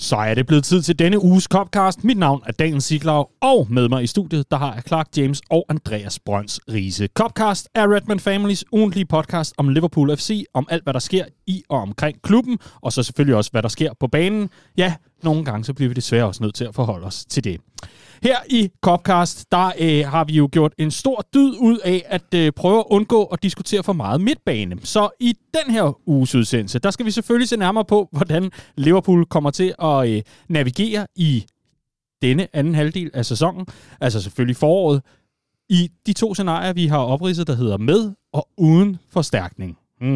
Så er det blevet tid til denne uges Copcast. Mit navn er Daniel Siglau, og med mig i studiet, der har jeg Clark James og Andreas Brøns Riise. Copcast er Redman Families ugentlige podcast om Liverpool FC, om alt, hvad der sker i og omkring klubben, og så selvfølgelig også, hvad der sker på banen. Ja, nogle gange så bliver vi desværre også nødt til at forholde os til det. Her i Copcast, der har vi jo gjort en stor dyd ud af at prøve at undgå at diskutere for meget midtbane. Så i den her uges udsendelse, der skal vi selvfølgelig se nærmere på, hvordan Liverpool kommer til at navigere i denne anden halvdel af sæsonen, altså selvfølgelig foråret, i de to scenarier, vi har opridset, der hedder med og uden forstærkning.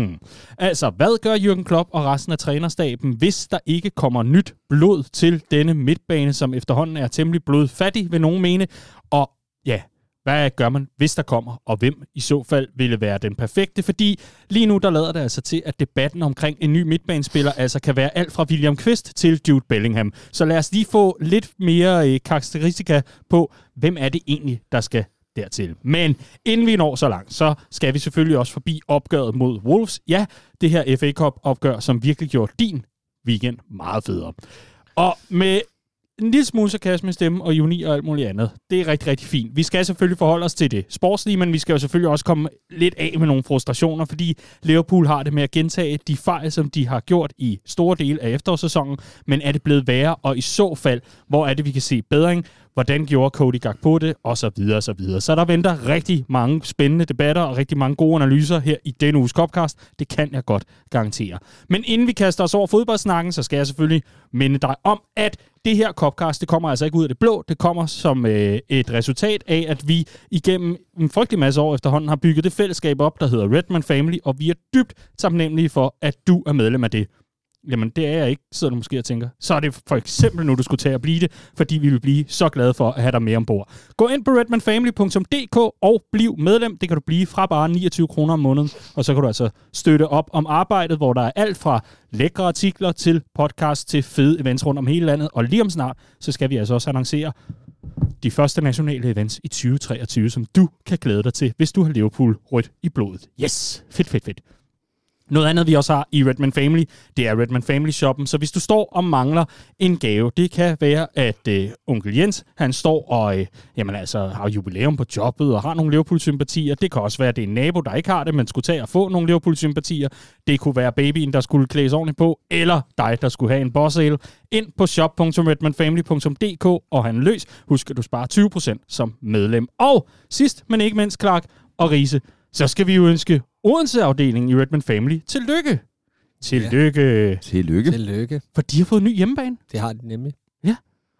Altså, hvad gør Jürgen Klopp og resten af trænerstaben, hvis der ikke kommer nyt blod til denne midtbane, som efterhånden er temmelig blodfattig, vil nogen mene? Og ja, hvad gør man, hvis der kommer, og hvem i så fald ville være den perfekte? Fordi lige nu, der lader det altså til, at debatten omkring en ny midtbanespiller altså kan være alt fra William Kvist til Jude Bellingham. Så lad os lige få lidt mere karakteristika på, hvem er det egentlig, der skal dertil. Men inden vi når så langt, så skal vi selvfølgelig også forbi opgøret mod Wolves. Ja, det her FA Cup-opgør, som virkelig gjorde din weekend meget federe. Og med en lille smule sarkasme i stemme og ironi og alt muligt andet. Det er rigtig, rigtig fint. Vi skal selvfølgelig forholde os til det sportslige, men vi skal jo selvfølgelig også komme lidt af med nogle frustrationer, fordi Liverpool har det med at gentage de fejl, som de har gjort i store dele af efterårssæsonen. Men er det blevet værre, og i så fald, hvor er det, vi kan se bedring? Hvordan gjorde Cody Gakpo det? Og så videre, så videre. Så der venter rigtig mange spændende debatter og rigtig mange gode analyser her i denne uges Copcast. Det kan jeg godt garantere. Men inden vi kaster os over fodboldsnakken, så skal jeg selvfølgelig minde dig om, at det her Copcast, det kommer altså ikke ud af det blå. Det kommer som et resultat af, at vi igennem en frygtelig masse år efterhånden har bygget det fællesskab op, der hedder Redman Family, og vi er dybt taknemmelige for, at du er medlem af det. Jamen, det er jeg ikke, sidder du måske og tænker. Så er det for eksempel nu, du skulle tage at blive det, fordi vi vil blive så glade for at have dig med ombord. Gå ind på redmanfamily.dk og bliv medlem. Det kan du blive fra bare 29 kroner om måneden, og så kan du altså støtte op om arbejdet, hvor der er alt fra lækre artikler til podcast til fede events rundt om hele landet. Og lige om snart, så skal vi altså også annoncere de første nationale events i 2023, som du kan glæde dig til, hvis du har Liverpool rødt i blodet. Yes! Fedt, fedt, fedt. Noget andet, vi også har i Redman Family, det er Redman Family Shoppen. Så hvis du står og mangler en gave, det kan være, at onkel Jens, han står og har jubilæum på jobbet og har nogle Liverpool-sympatier. Det kan også være, at det er en nabo, der ikke har det, men skulle tage og få nogle Liverpool-sympatier. Det kunne være babyen, der skulle klædes ordentligt på, eller dig, der skulle have en boss-ale. Ind på shop.redmanfamily.dk og handle løs. Husk, at du sparer 20% som medlem. Og sidst, men ikke mindst, Clark og Riise, så skal vi jo ønske Odense-afdelingen i Redman Family tillykke. Tillykke. Ja. Tillykke. For de har fået en ny hjemmebane. Det har de nemlig. Ja.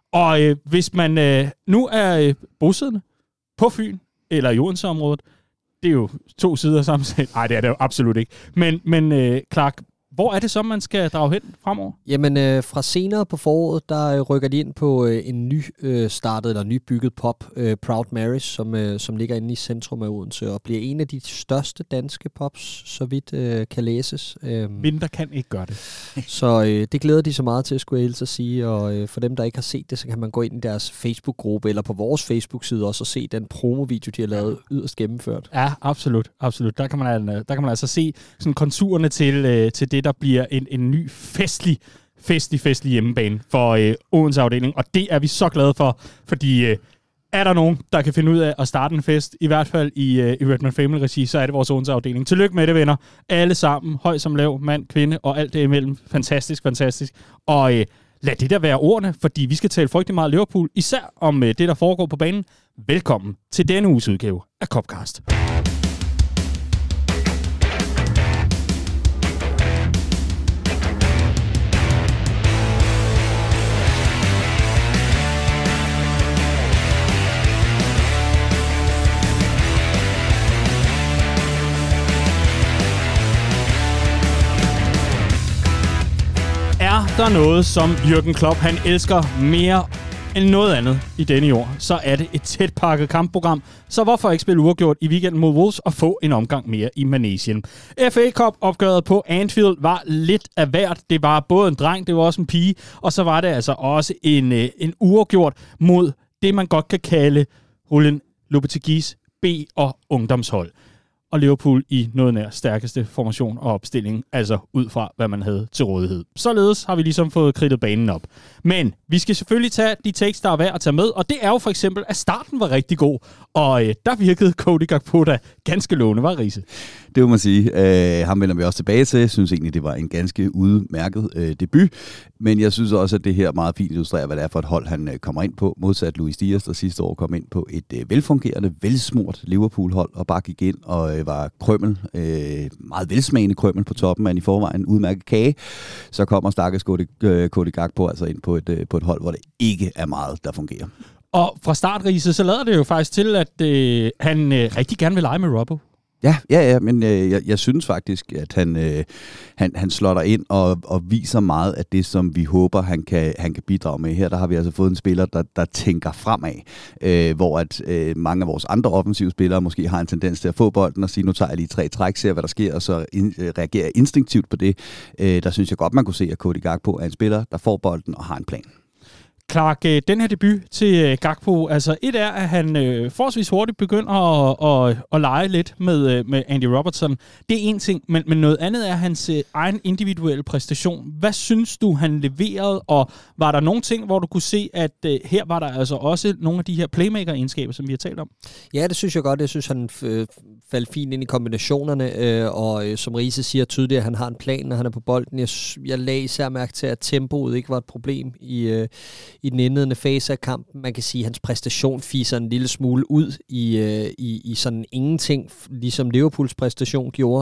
Og hvis man nu er bosiddende på Fyn eller i Odense-området, det er jo to sider af samme sag. Nej, det er det jo absolut ikke. Men Clark, hvor er det så, man skal drage hen fremover? Jamen, fra senere på foråret, der rykker de ind på en nystartet eller nybygget pub, Proud Marys, som ligger inde i centrum af Odense, og bliver en af de største danske pubs, så vidt kan læses. Mindre kan ikke gøre det. Så det glæder de så meget til, skulle jeg hilse at sige, og for dem, der ikke har set det, så kan man gå ind i deres Facebook-gruppe, eller på vores Facebook-side også, og se den promovideo, de har lavet yderst gennemført. Ja, absolut. Der kan man altså se sådan konturerne til det, der bliver en ny festlig hjemmebane for Odense-afdelingen, og det er vi så glade for, fordi er der nogen, der kan finde ud af at starte en fest, i hvert fald i Redman Family-regi, så er det vores Odense-afdeling. Tillykke med det, venner. Alle sammen, høj som lav, mand, kvinde og alt det imellem. Fantastisk. Og lad det der være ordene, fordi vi skal tale frygtelig meget Liverpool, især om det, der foregår på banen. Velkommen til denne uges udgave af Copcast. Er der noget, som Jürgen Klopp han elsker mere end noget andet i denne år, så er det et tæt pakket kampprogram. Så hvorfor ikke spille uafgjort i weekenden mod Wolves og få en omgang mere i Manesien? FA Cup-opgøret på Anfield var lidt af hvert. Det var både en dreng, det var også en pige, og så var det altså også en uafgjort mod det, man godt kan kalde Julen Lopeteguis B- og ungdomshold. Og Liverpool i noget nær stærkeste formation og opstilling, altså ud fra, hvad man havde til rådighed. Således har vi ligesom fået kridtet banen op. Men vi skal selvfølgelig tage de takes, der er værd at tage med, og det er jo for eksempel, at starten var rigtig god, og der virkede Cody Gakpo da ganske lovende, var Riise? Det må man sige. Ham vender vi også tilbage til. Jeg synes egentlig, det var en ganske udmærket debut, men jeg synes også, at det her meget fint illustrerer, hvad det er for et hold, han kommer ind på, modsat Luis Diaz, der sidste år kom ind på et velfungerende, velsmurt Liverpool-hold, og bare gik ind og var krømmel, meget velsmagende krømmel på toppen af en i forvejen udmærket kage. Så kommer stakkels Cody Gakpo altså ind på et hold, hvor det ikke er meget, der fungerer. Og fra start, Riise, så lader det jo faktisk til, at han rigtig gerne vil lege med Robbo. Ja, men jeg synes faktisk, at han slår der ind og viser meget af det, som vi håber, han kan bidrage med. Her der har vi altså fået en spiller, der tænker fremad, hvor at mange af vores andre offensive spillere måske har en tendens til at få bolden og sige, nu tager jeg lige 3 træk, ser hvad der sker, og så reagerer instinktivt på det. Der synes jeg godt, man kunne se, at Cody Gakpo er en spiller, der får bolden og har en plan. Clark, den her debut til Gakpo, altså et er, at han forholdsvis hurtigt begynder at lege lidt med Andy Robertson. Det er en ting, men noget andet er hans egen individuelle præstation. Hvad synes du, han leverede, og var der nogle ting, hvor du kunne se, at her var der altså også nogle af de her playmaker-egenskaber, som vi har talt om? Ja, det synes jeg godt. Jeg synes, han faldt fint ind i kombinationerne, og som Riise siger tydeligt, at han har en plan, når han er på bolden. Jeg lagde især mærke til, at tempoet ikke var et problem i den indledende fase af kampen. Man kan sige, at hans præstation fiser en lille smule ud i sådan ingenting, ligesom Liverpools præstation gjorde.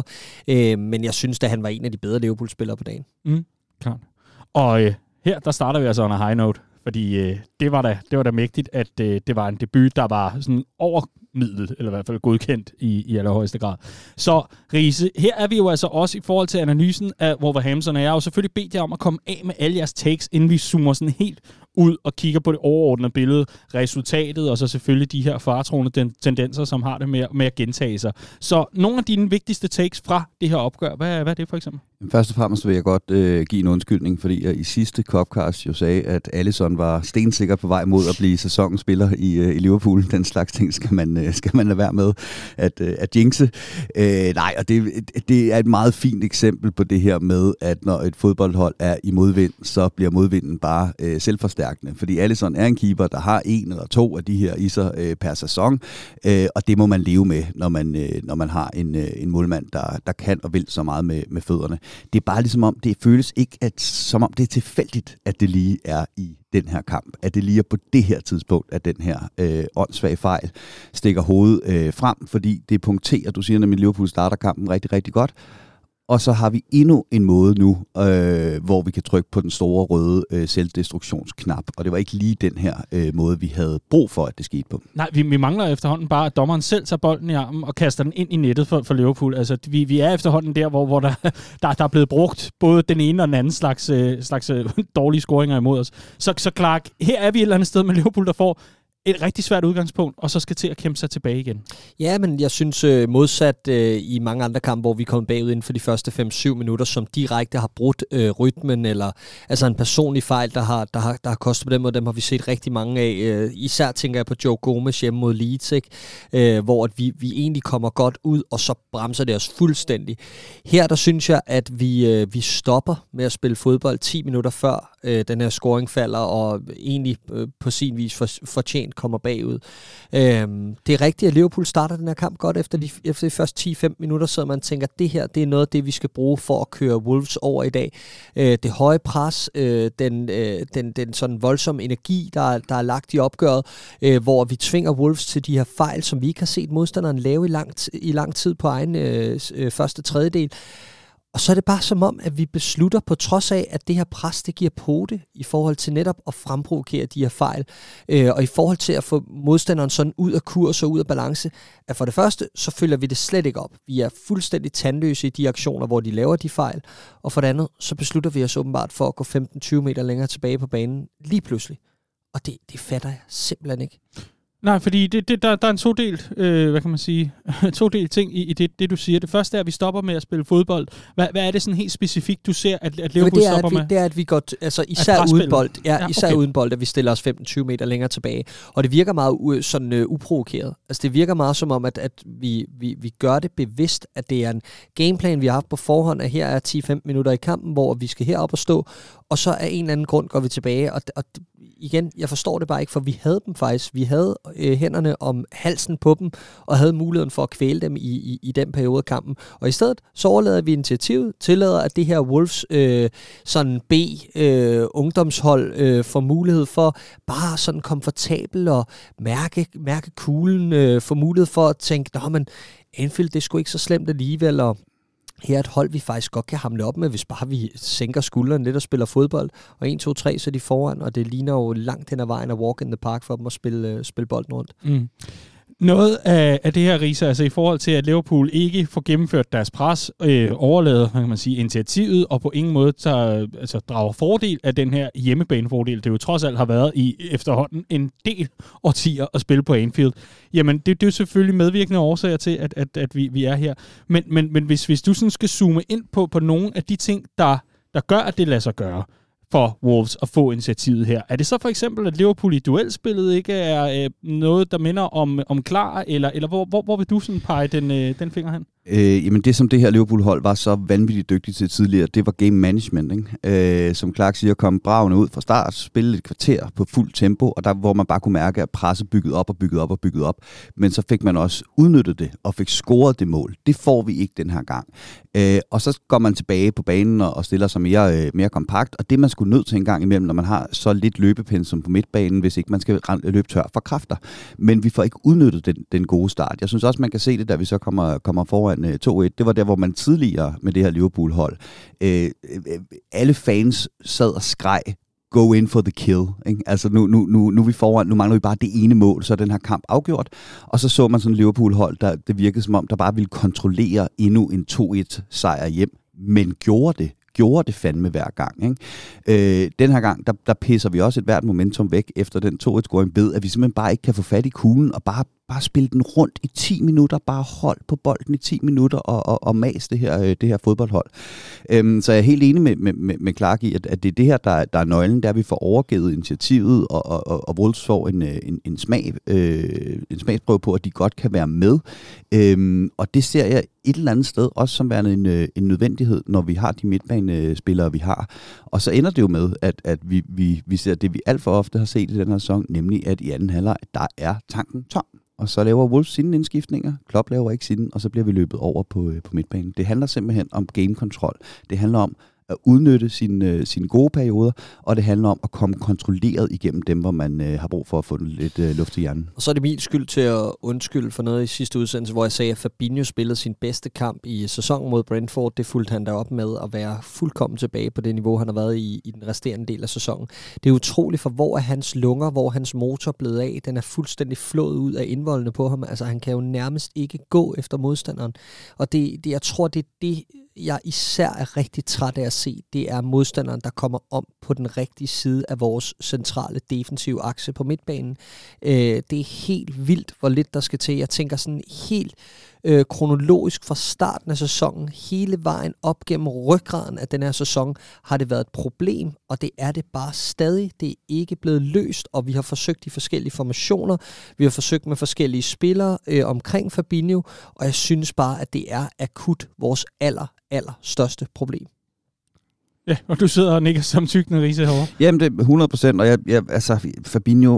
Men jeg synes, at han var en af de bedre Liverpool-spillere på dagen. Klart. Og her, der starter vi altså on a high note, fordi det var da mægtigt, at det var en debut, der var sådan overmidlet, eller i hvert fald godkendt i allerhøjeste grad. Så Riise, her er vi jo altså også i forhold til analysen af Wolverhampton, og jeg har jo selvfølgelig bedt jer om at komme af med alle jeres takes, inden vi zoomer sådan helt ud og kigger på det overordnede billede, resultatet, og så selvfølgelig de her faretroende tendenser, som har det med at gentage sig. Så nogle af dine vigtigste takes fra det her opgør, hvad er det for eksempel? Først og fremmest vil jeg godt give en undskyldning, fordi jeg i sidste Copcast jo sagde, at Alisson var stensikker på vej mod at blive sæsonens spiller i Liverpool. Den slags ting skal man lade være med at jinxe. Nej, og det er et meget fint eksempel på det her med, at når et fodboldhold er i modvind, så bliver modvinden bare selvforstærkende. Fordi Alisson er en keeper, der har 1 eller 2 af de her i sig per sæson, og det må man leve med, når man har en målmand, der kan og vil så meget med fødderne. Det er bare ligesom om, det føles ikke, som om det er tilfældigt, at det lige er i den her kamp. At det lige er på det her tidspunkt, at den her åndssvage fejl stikker hovedet frem, fordi det punkterer, du siger, at Liverpool starter kampen rigtig, rigtig godt. Og så har vi endnu en måde nu, hvor vi kan trykke på den store røde selvdestruktionsknap. Og det var ikke lige den her måde, vi havde brug for, at det skete på. Nej, vi mangler efterhånden bare, at dommeren selv tager bolden i armen og kaster den ind i nettet for Liverpool. Altså, vi er efterhånden der, hvor der er blevet brugt både den ene og den anden slags dårlige scoringer imod os. Så Clark, her er vi et eller andet sted med Liverpool, der får et rigtig svært udgangspunkt, og så skal til at kæmpe sig tilbage igen. Ja, men jeg synes modsat i mange andre kampe, hvor vi kom bagud inden for de første 5-7 minutter, som direkte har brudt rytmen, eller altså en personlig fejl, der har kostet på den måde, dem har vi set rigtig mange af. Især tænker jeg på Joe Gomez hjemme mod Leeds, ikke? Hvor at vi egentlig kommer godt ud, og så bremser det os fuldstændig. Her der synes jeg, at vi stopper med at spille fodbold 10 minutter før den her scoring falder, og egentlig på sin vis fortjent kommer bagud. Det er rigtigt, at Liverpool starter den her kamp godt efter de første 10-15 minutter, så man tænker, at det her det er noget af det, vi skal bruge for at køre Wolves over i dag. Det høje pres, den sådan voldsomme energi, der er lagt i opgøret, hvor vi tvinger Wolves til de her fejl, som vi ikke har set modstanderen lave i lang tid på egen første tredjedel. Og så er det bare som om, at vi beslutter på trods af, at det her pres, det giver pote i forhold til netop at fremprovokere de her fejl, og i forhold til at få modstanderen sådan ud af kurs og ud af balance, at for det første, så følger vi det slet ikke op. Vi er fuldstændig tandløse i de aktioner, hvor de laver de fejl, og for det andet, så beslutter vi os åbenbart for at gå 15-20 meter længere tilbage på banen lige pludselig. Og det fatter jeg simpelthen ikke. Nej, fordi der er en todelt ting i det, du siger. Det første er, at vi stopper med at spille fodbold. Hvad er det sådan helt specifikt, du ser, at Liverpool stopper med? Det er, at vi går, altså især uden bold, uden bold, at vi stiller os 15-20 meter længere tilbage. Og det virker meget sådan uprovokeret. Altså det virker meget som om, at vi gør det bevidst, at det er en gameplan, vi har haft på forhånd, at her er 10-15 minutter i kampen, hvor vi skal herop og stå, og så af en eller anden grund går vi tilbage, og igen, jeg forstår det bare ikke, for vi havde dem faktisk. Vi havde hænderne om halsen på dem, og havde muligheden for at kvæle dem i den periode af kampen. Og i stedet, så overlader vi initiativet, tillader, at det her Wolves sådan B-ungdomshold får mulighed for bare sådan komfortabel og mærke kuglen, få mulighed for at tænke, nå, men Anfield, det er sgu ikke så slemt alligevel, og her er et hold, vi faktisk godt kan hamle op med, hvis bare vi sænker skulderen lidt og spiller fodbold. Og 1, 2, 3, så er de foran, og det ligner jo langt hen ad vejen at walk in the park for dem at spille bolden rundt. Mm. Noget af det her, Riese, altså i forhold til, at Liverpool ikke får gennemført deres pres, overlader, kan man sige, initiativet, og på ingen måde drager fordel af den her hjemmebanefordel, det jo trods alt har været i efterhånden en del årtier at spille på Anfield. Jamen, det er jo selvfølgelig medvirkende årsager til, at vi er her. Men hvis du sådan skal zoome ind på nogle af de ting, der gør, at det lader sig gøre for Wolves at få initiativet her. Er det så for eksempel, at Liverpool i duelspillet ikke er noget, der minder om klar, eller hvor vil du sådan pege den finger hen? Jamen det, som det her Liverpool-hold var så vanvittigt dygtigt til tidligere, det var game management, ikke? Som Clark siger, kom bravende ud fra start, spille et kvarter på fuld tempo, og der hvor man bare kunne mærke, at presset byggede op. Men så fik man også udnyttet det, og fik scoret det mål. Det får vi ikke den her gang. Og så går man tilbage på banen og stiller sig mere kompakt, og det man skulle nødt til en gang imellem, når man har så lidt løbepensum på midtbanen, hvis ikke man skal løbe tør for kræfter. Men vi får ikke udnyttet den gode start. Jeg synes også, man kan se det, da vi så kommer foran 2-1. Det var der, hvor man tidligere med det her Liverpool-hold, alle fans sad og skreg, go in for the kill. Ikke? Altså nu er vi foran, nu mangler vi bare det ene mål, så er den her kamp afgjort. Og så man sådan en Liverpool-hold, der det virkede som om, der bare ville kontrollere endnu en 2-1-sejr hjem, men gjorde det fandme hver gang. Ikke? Den her gang, der pisser vi også et hvert momentum væk efter den 2-1-scoring ved, at vi simpelthen bare ikke kan få fat i kuglen og bare spille den rundt i 10 minutter, bare hold på bolden i 10 minutter og mas det her fodboldhold. Så jeg er helt enig med Clark i, at det er det her, der er nøglen, der vi får overgivet initiativet, og Wolves får en smagsprøve på, at de godt kan være med. Og det ser jeg et eller andet sted også som værende en nødvendighed, når vi har de midtbanespillere, vi har. Og så ender det jo med, at vi ser det, vi alt for ofte har set i den her sæson, nemlig at i anden halvleg, der er tanken tom. Og så laver Wolves sine indskiftninger, Klopp laver ikke sine, og så bliver vi løbet over på midtbanen. Det handler simpelthen om game control. Det handler om at udnytte sine gode perioder, og det handler om at komme kontrolleret igennem dem, hvor man har brug for at få lidt luft i hjernen. Og så er det min skyld til at undskylde for noget i sidste udsendelse, hvor jeg sagde, at Fabinho spillede sin bedste kamp i sæsonen mod Brentford. Det fulgte han derop med at være fuldkommen tilbage på det niveau, han har været i den resterende del af sæsonen. Det er utroligt, for hvor er hans lunger, hvor er hans motor blevet af? Den er fuldstændig flået ud af indvoldene på ham. Altså, han kan jo nærmest ikke gå efter modstanderen. Og jeg tror, det er det, jeg især er rigtig træt af at se, det er modstanderen, der kommer om på den rigtige side af vores centrale defensive akse på midtbanen. Det er helt vildt, hvor lidt der skal til. Jeg tænker sådan helt kronologisk fra starten af sæsonen, hele vejen op gennem ryggraden af den her sæson, har det været et problem, og det er det bare stadig. Det er ikke blevet løst, og vi har forsøgt i forskellige formationer. Vi har forsøgt med forskellige spillere omkring Fabinho, og jeg synes bare, at det er akut vores aller største problem. Ja, og du sidder og nikker som tykkende Riese herovre. Jamen, det er 100%, og altså, Fabinho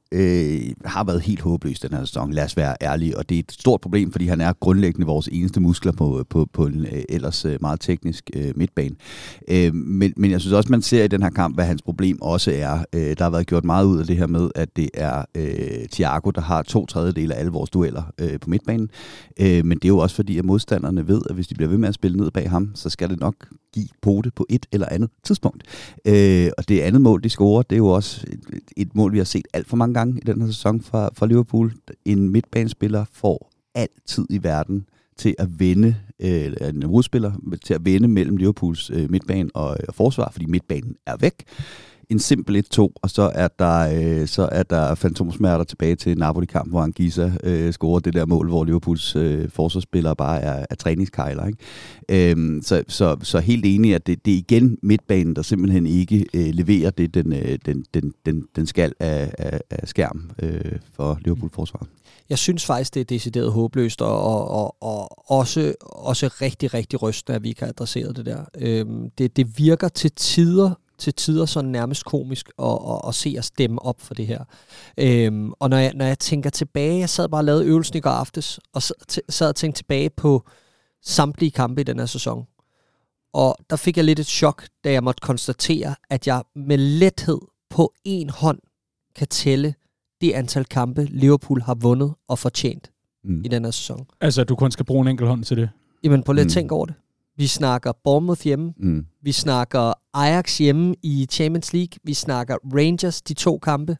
har været helt håbløs den her sæson, lad os være ærlige, og det er et stort problem, fordi han er grundlæggende vores eneste muskler på en ellers meget teknisk midtbane. Men jeg synes også, man ser i den her kamp, hvad hans problem også er. Der har været gjort meget ud af det her med, at det er Thiago, der har 2/3 af alle vores dueller på midtbanen. Men det er jo også fordi, at modstanderne ved, at hvis de bliver ved med at spille ned bag ham, så skal det nok give pote på et eller andet tidspunkt. Og det andet mål, de scorer, det er jo også et mål, vi har set alt for mange gange i den her sæson fra Liverpool. En midtbanespiller får altid i verden til at vende, en modspiller til at vende mellem Liverpools midtbane og forsvar, fordi midtbanen er væk. En simpel 1-2, og så er der fantomsmerter tilbage til Napoli-kamp, hvor Anguissa scorer det der mål, hvor Liverpools forsvarsspillere bare er træningskejler. Ikke? Så helt enig, at det er igen midtbanen, der simpelthen ikke leverer det, den skal af skærm for Liverpool-forsvaret. Jeg synes faktisk, det er decideret håbløst, og også rigtig, rigtig rystende, at vi ikke har adresseret det der. Det virker til tider til tider sådan nærmest komisk at se os stemme op for det her. Og når jeg tænker tilbage, jeg sad bare og lavede øvelsen i går aftes, og sad og tænkte tilbage på samtlige kampe i den her sæson. Og der fik jeg lidt et chok, da jeg måtte konstatere, at jeg med lethed på en hånd kan tælle det antal kampe, Liverpool har vundet og fortjent i den her sæson. Altså, du kun skal bruge en enkelt hånd til det? Jamen, prøv lige at tænke over det. Vi snakker Bournemouth hjemme. Vi snakker Ajax hjemme i Champions League. Vi snakker Rangers, de 2 kampe.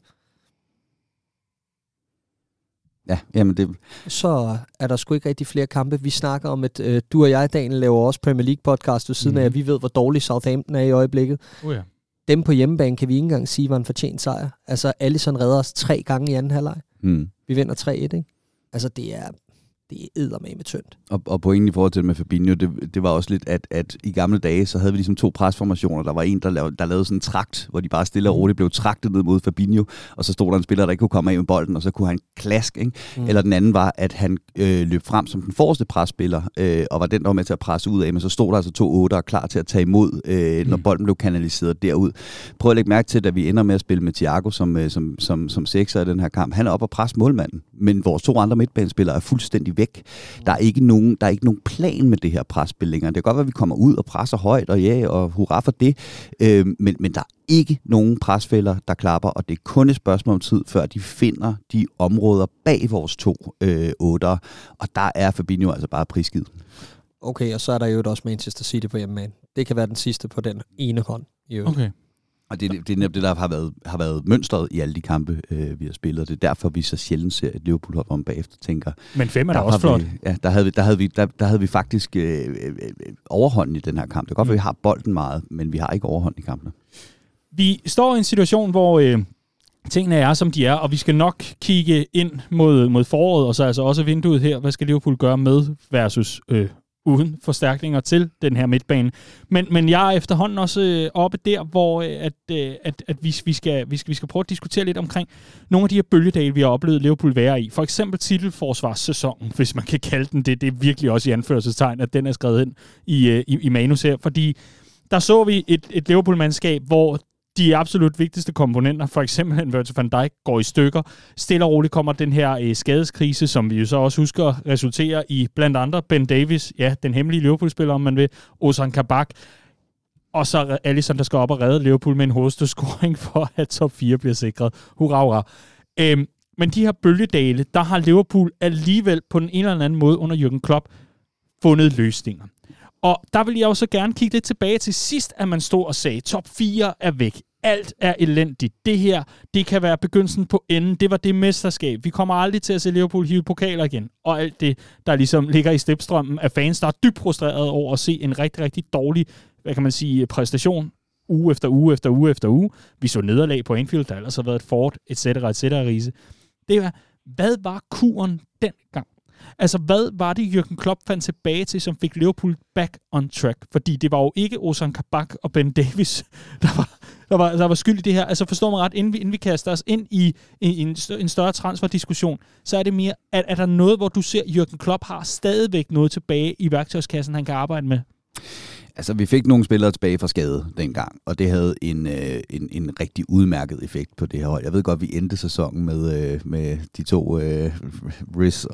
Ja, jamen det... Så er der sgu ikke rigtig flere kampe. Vi snakker om, at du og jeg, Daniel, laver også Premier League podcast ved siden af, at vi ved, hvor dårlig Southampton er i øjeblikket. Ja. Dem på hjemmebane kan vi ikke engang sige, var en fortjent sejr. Altså, Alisson redder os 3 gange i anden halvleg. Vi vinder 3-1, ikke? Altså, det er eddermame tyndt. Og pointen i forhold til det med Fabinho, det var også lidt, at i gamle dage, så havde vi ligesom 2 presformationer. Der var en, der lavede sådan en trakt, hvor de bare stille og roligt blev traktet ned mod Fabinho, og så stod der en spiller, der ikke kunne komme af med bolden, og så kunne han klask, ikke? Eller den anden var, at han løb frem som den forreste presspiller, og var den, der var med til at presse ud af, men så stod der altså 2 8'ere klar til at tage imod, når bolden blev kanaliseret derud. Prøv at lægge mærke til, at vi ender med at spille med Thiago som sekser i den her kamp. Han er oppe og presse målmanden, men vores 2 andre midtbanespillere er fuldstændig væk. Der er ikke nogen plan med det her presspil længere. Det kan godt være, at vi kommer ud og presser højt, og hurra for det, men der er ikke nogen presfælder, der klapper, og det er kun et spørgsmål om tid, før de finder de områder bag vores 2 8'ere, og der er Fabinho altså bare prisgivet. Okay, og så er der jo også Manchester City på hjemmebane. Det kan være den sidste på den ene hånd. Okay. Og det er netop det, der har været mønstret i alle de kampe, vi har spillet. Det er derfor, vi så sjældent ser et Liverpool-hold om bagefter tænker... Men 5 er da også flot. Der havde vi faktisk overhånden i den her kamp. Det er godt, at vi har bolden meget, men vi har ikke overhånden i kampene. Vi står i en situation, hvor tingene er, som de er, og vi skal nok kigge ind mod foråret, og så altså også vinduet her. Hvad skal Liverpool gøre med versus uden forstærkninger til den her midtbane. Men jeg er efterhånden også oppe der, hvor at vi skal prøve at diskutere lidt omkring nogle af de her bølgedale, vi har oplevet Liverpool være i. For eksempel titelforsvarssæsonen, hvis man kan kalde den det. Det er virkelig også i anførselstegn, at den er skrevet ind i manus her. Fordi der så vi et Liverpool-mandskab, hvor de absolut vigtigste komponenter, for eksempel en Virgil van Dijk, går i stykker. Stille og roligt kommer den her skadeskrise, som vi jo så også husker resulterer i blandt andre Ben Davies, ja, den hemmelige Liverpool-spiller, om man vil, Ozan Kabak, og så Alisson, der skal op og redde Liverpool med en hovedstødscoring for, at top 4 bliver sikret. Hurra, hurra. Men de her bølgedale, der har Liverpool alligevel på den ene eller anden måde under Jürgen Klopp fundet løsninger. Og der vil jeg også gerne kigge lidt tilbage til sidst, at man stod og sagde, top 4 er væk. Alt er elendigt. Det her, det kan være begyndelsen på enden. Det var det mesterskab. Vi kommer aldrig til at se Liverpool hive pokaler igen. Og alt det, der ligesom ligger i slipstrømmen af fans, der er dybt frustreret over at se en rigtig, rigtig dårlig, hvad kan man sige, præstation uge efter uge efter uge efter uge. Vi så nederlag på Anfield, der ellers har været et Ford, etc. Riese. Det var, hvad var kuren dengang? Altså, hvad var det, Jürgen Klopp fandt tilbage til, som fik Liverpool back on track? Fordi det var jo ikke Ozan Kabak og Ben Davies, der var skyld i det her. Altså, forstår mig ret, inden vi kaster os ind i en større transferdiskussion, så er det mere, at er der noget, hvor du ser, Jürgen Klopp har stadigvæk noget tilbage i værktøjskassen, han kan arbejde med? Altså, vi fik nogle spillere tilbage fra skade dengang, og det havde en rigtig udmærket effekt på det her hold. Jeg ved godt, vi endte sæsonen med de 2 Riz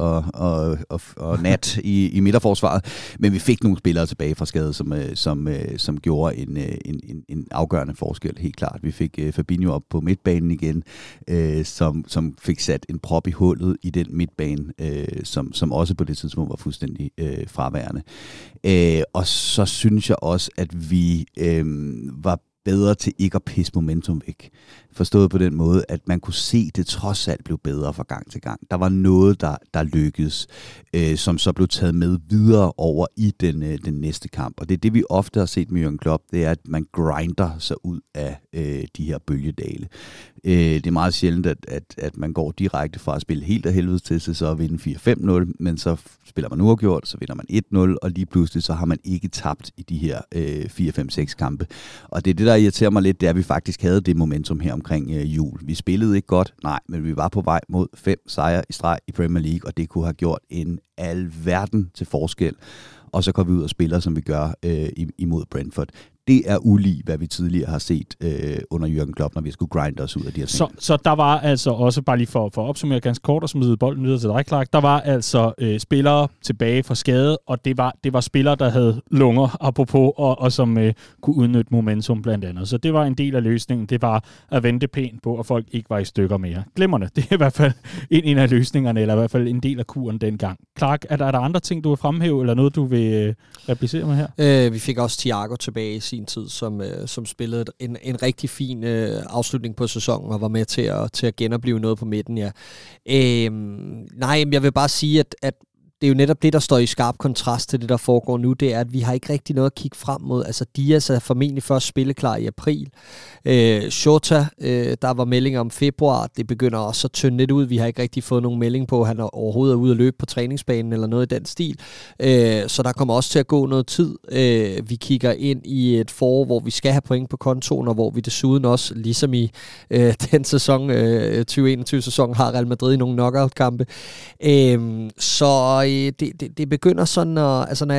og Nat i midterforsvaret, men vi fik nogle spillere tilbage fra skade, som gjorde en afgørende forskel, helt klart. Vi fik Fabinho op på midtbanen igen, som fik sat en prop i hullet i den midtbane, som også på det tidspunkt var fuldstændig fraværende. Og så synes jeg også, at vi var bedre til ikke at pisse momentum væk. Forstået på den måde, at man kunne se, at det trods alt blev bedre fra gang til gang. Der var noget, der lykkedes, som så blev taget med videre over i den næste kamp. Og det er det, vi ofte har set med Jürgen Klopp, det er, at man grinder sig ud af de her bølgedale. Det er meget sjældent, at man går direkte fra at spille helt af helvede til så at vinde 4-5-0, men så spiller man uafgjort, så vinder man 1-0, og lige pludselig så har man ikke tabt i de her 4-5-6 kampe. Og det er det, der irriterer mig lidt, det er, at vi faktisk havde det momentum her omkring jul. Vi spillede ikke godt, nej, men vi var på vej mod 5 sejre i streg i Premier League, og det kunne have gjort en alverden til forskel. Og så går vi ud og spiller, som vi gør imod Brentford. det er ulig, hvad vi tidligere har set under Jürgen Klopp, når vi skulle grinde os ud af de her ting. Så der var altså også, bare lige for at opsummere ganske kort og smide bolden videre til dig, Clark, der var altså spillere tilbage fra skade, og det var spillere, der havde lunger, apropos, og som kunne udnytte momentum blandt andet. Så det var en del af løsningen. Det var at vente pænt på, at folk ikke var i stykker mere. Glimrende. Det er i hvert fald en af løsningerne, eller i hvert fald en del af kuren dengang. Clark, er der andre ting, du vil fremhæve, eller noget, du vil replicere med her? Vi fik også Thiago tilbage i sin tid, som spillede en rigtig fin afslutning på sæsonen, og var med til at genopleve noget på midten, ja. Nej, jeg vil bare sige, at det er jo netop det, der står i skarp kontrast til det, der foregår nu, det er, at vi har ikke rigtig noget at kigge frem mod. Altså, Diaz er formentlig først spilleklar i april. Shota, der var meldinger om februar, det begynder også at tynde lidt ud. Vi har ikke rigtig fået nogen melding på, at han overhovedet er ude at løbe på træningsbanen eller noget i den stil. Så der kommer også til at gå noget tid. Vi kigger ind i et forår, hvor vi skal have point på kontoen, og hvor vi desuden også, ligesom i den sæson, 2021-sæson, har Real Madrid i nogle knockout-kampe. Så det begynder sådan, når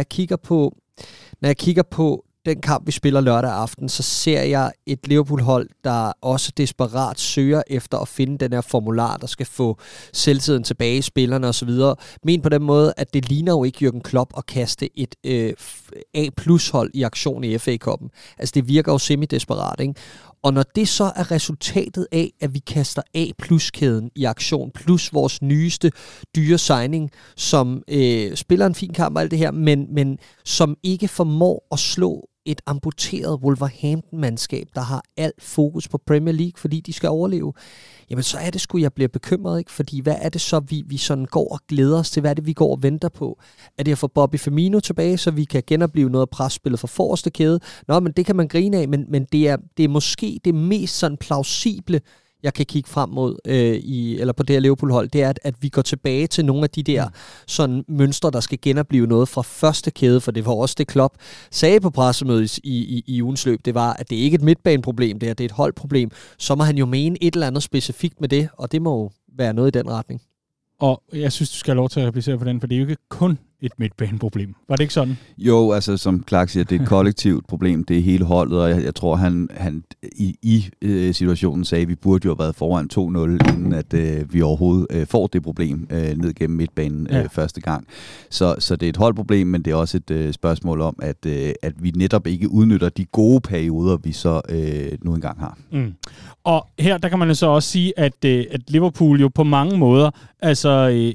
jeg kigger på den kamp, vi spiller lørdag aften, så ser jeg et Liverpool-hold, der også desperat søger efter at finde den her formular, der skal få selvtiden tilbage i spillerne osv. Men på den måde, at det ligner jo ikke Jürgen Klopp at kaste et A+-hold i aktion i FA-koppen. Altså det virker jo semi-desperat, ikke? Og når det så er resultatet af, at vi kaster A+-kæden i aktion, plus vores nyeste dyre signing, som spiller en fin kamp og alt det her, men som ikke formår at slå et amputeret Wolverhampton-mandskab, der har alt fokus på Premier League, fordi de skal overleve, jamen så er det sgu, jeg bliver bekymret, ikke? Fordi hvad er det så, vi sådan går og glæder os til? Hvad er det, vi går og venter på? Er det at få Bobby Firmino tilbage, så vi kan genopleve noget af presspillet fra forreste kæde? Nå, men det kan man grine af, men det er måske det mest sådan plausible, jeg kan kigge frem mod eller på det her Liverpool-hold, det er, at vi går tilbage til nogle af de der sådan mønstre, der skal genopleve noget fra første kæde, for det var også det Klopp sagde på pressemødet i ugens løb, det var, at det ikke er et midtbaneproblem, det er et holdproblem. Så må han jo mene et eller andet specifikt med det, og det må jo være noget i den retning. Og jeg synes, du skal have lov til at replicere på den, for det er jo ikke kun et midtbaneproblem. Var det ikke sådan? Jo, altså som Clark siger, det er et kollektivt problem, det er hele holdet, og jeg tror, han i situationen sagde, at vi burde jo have været foran 2-0, inden at vi overhovedet får det problem ned gennem midtbanen første gang. Så det er et holdproblem, men det er også et spørgsmål om, at vi netop ikke udnytter de gode perioder, vi så nu engang har. Mm. Og her, der kan man jo så også sige, at Liverpool jo på mange måder, altså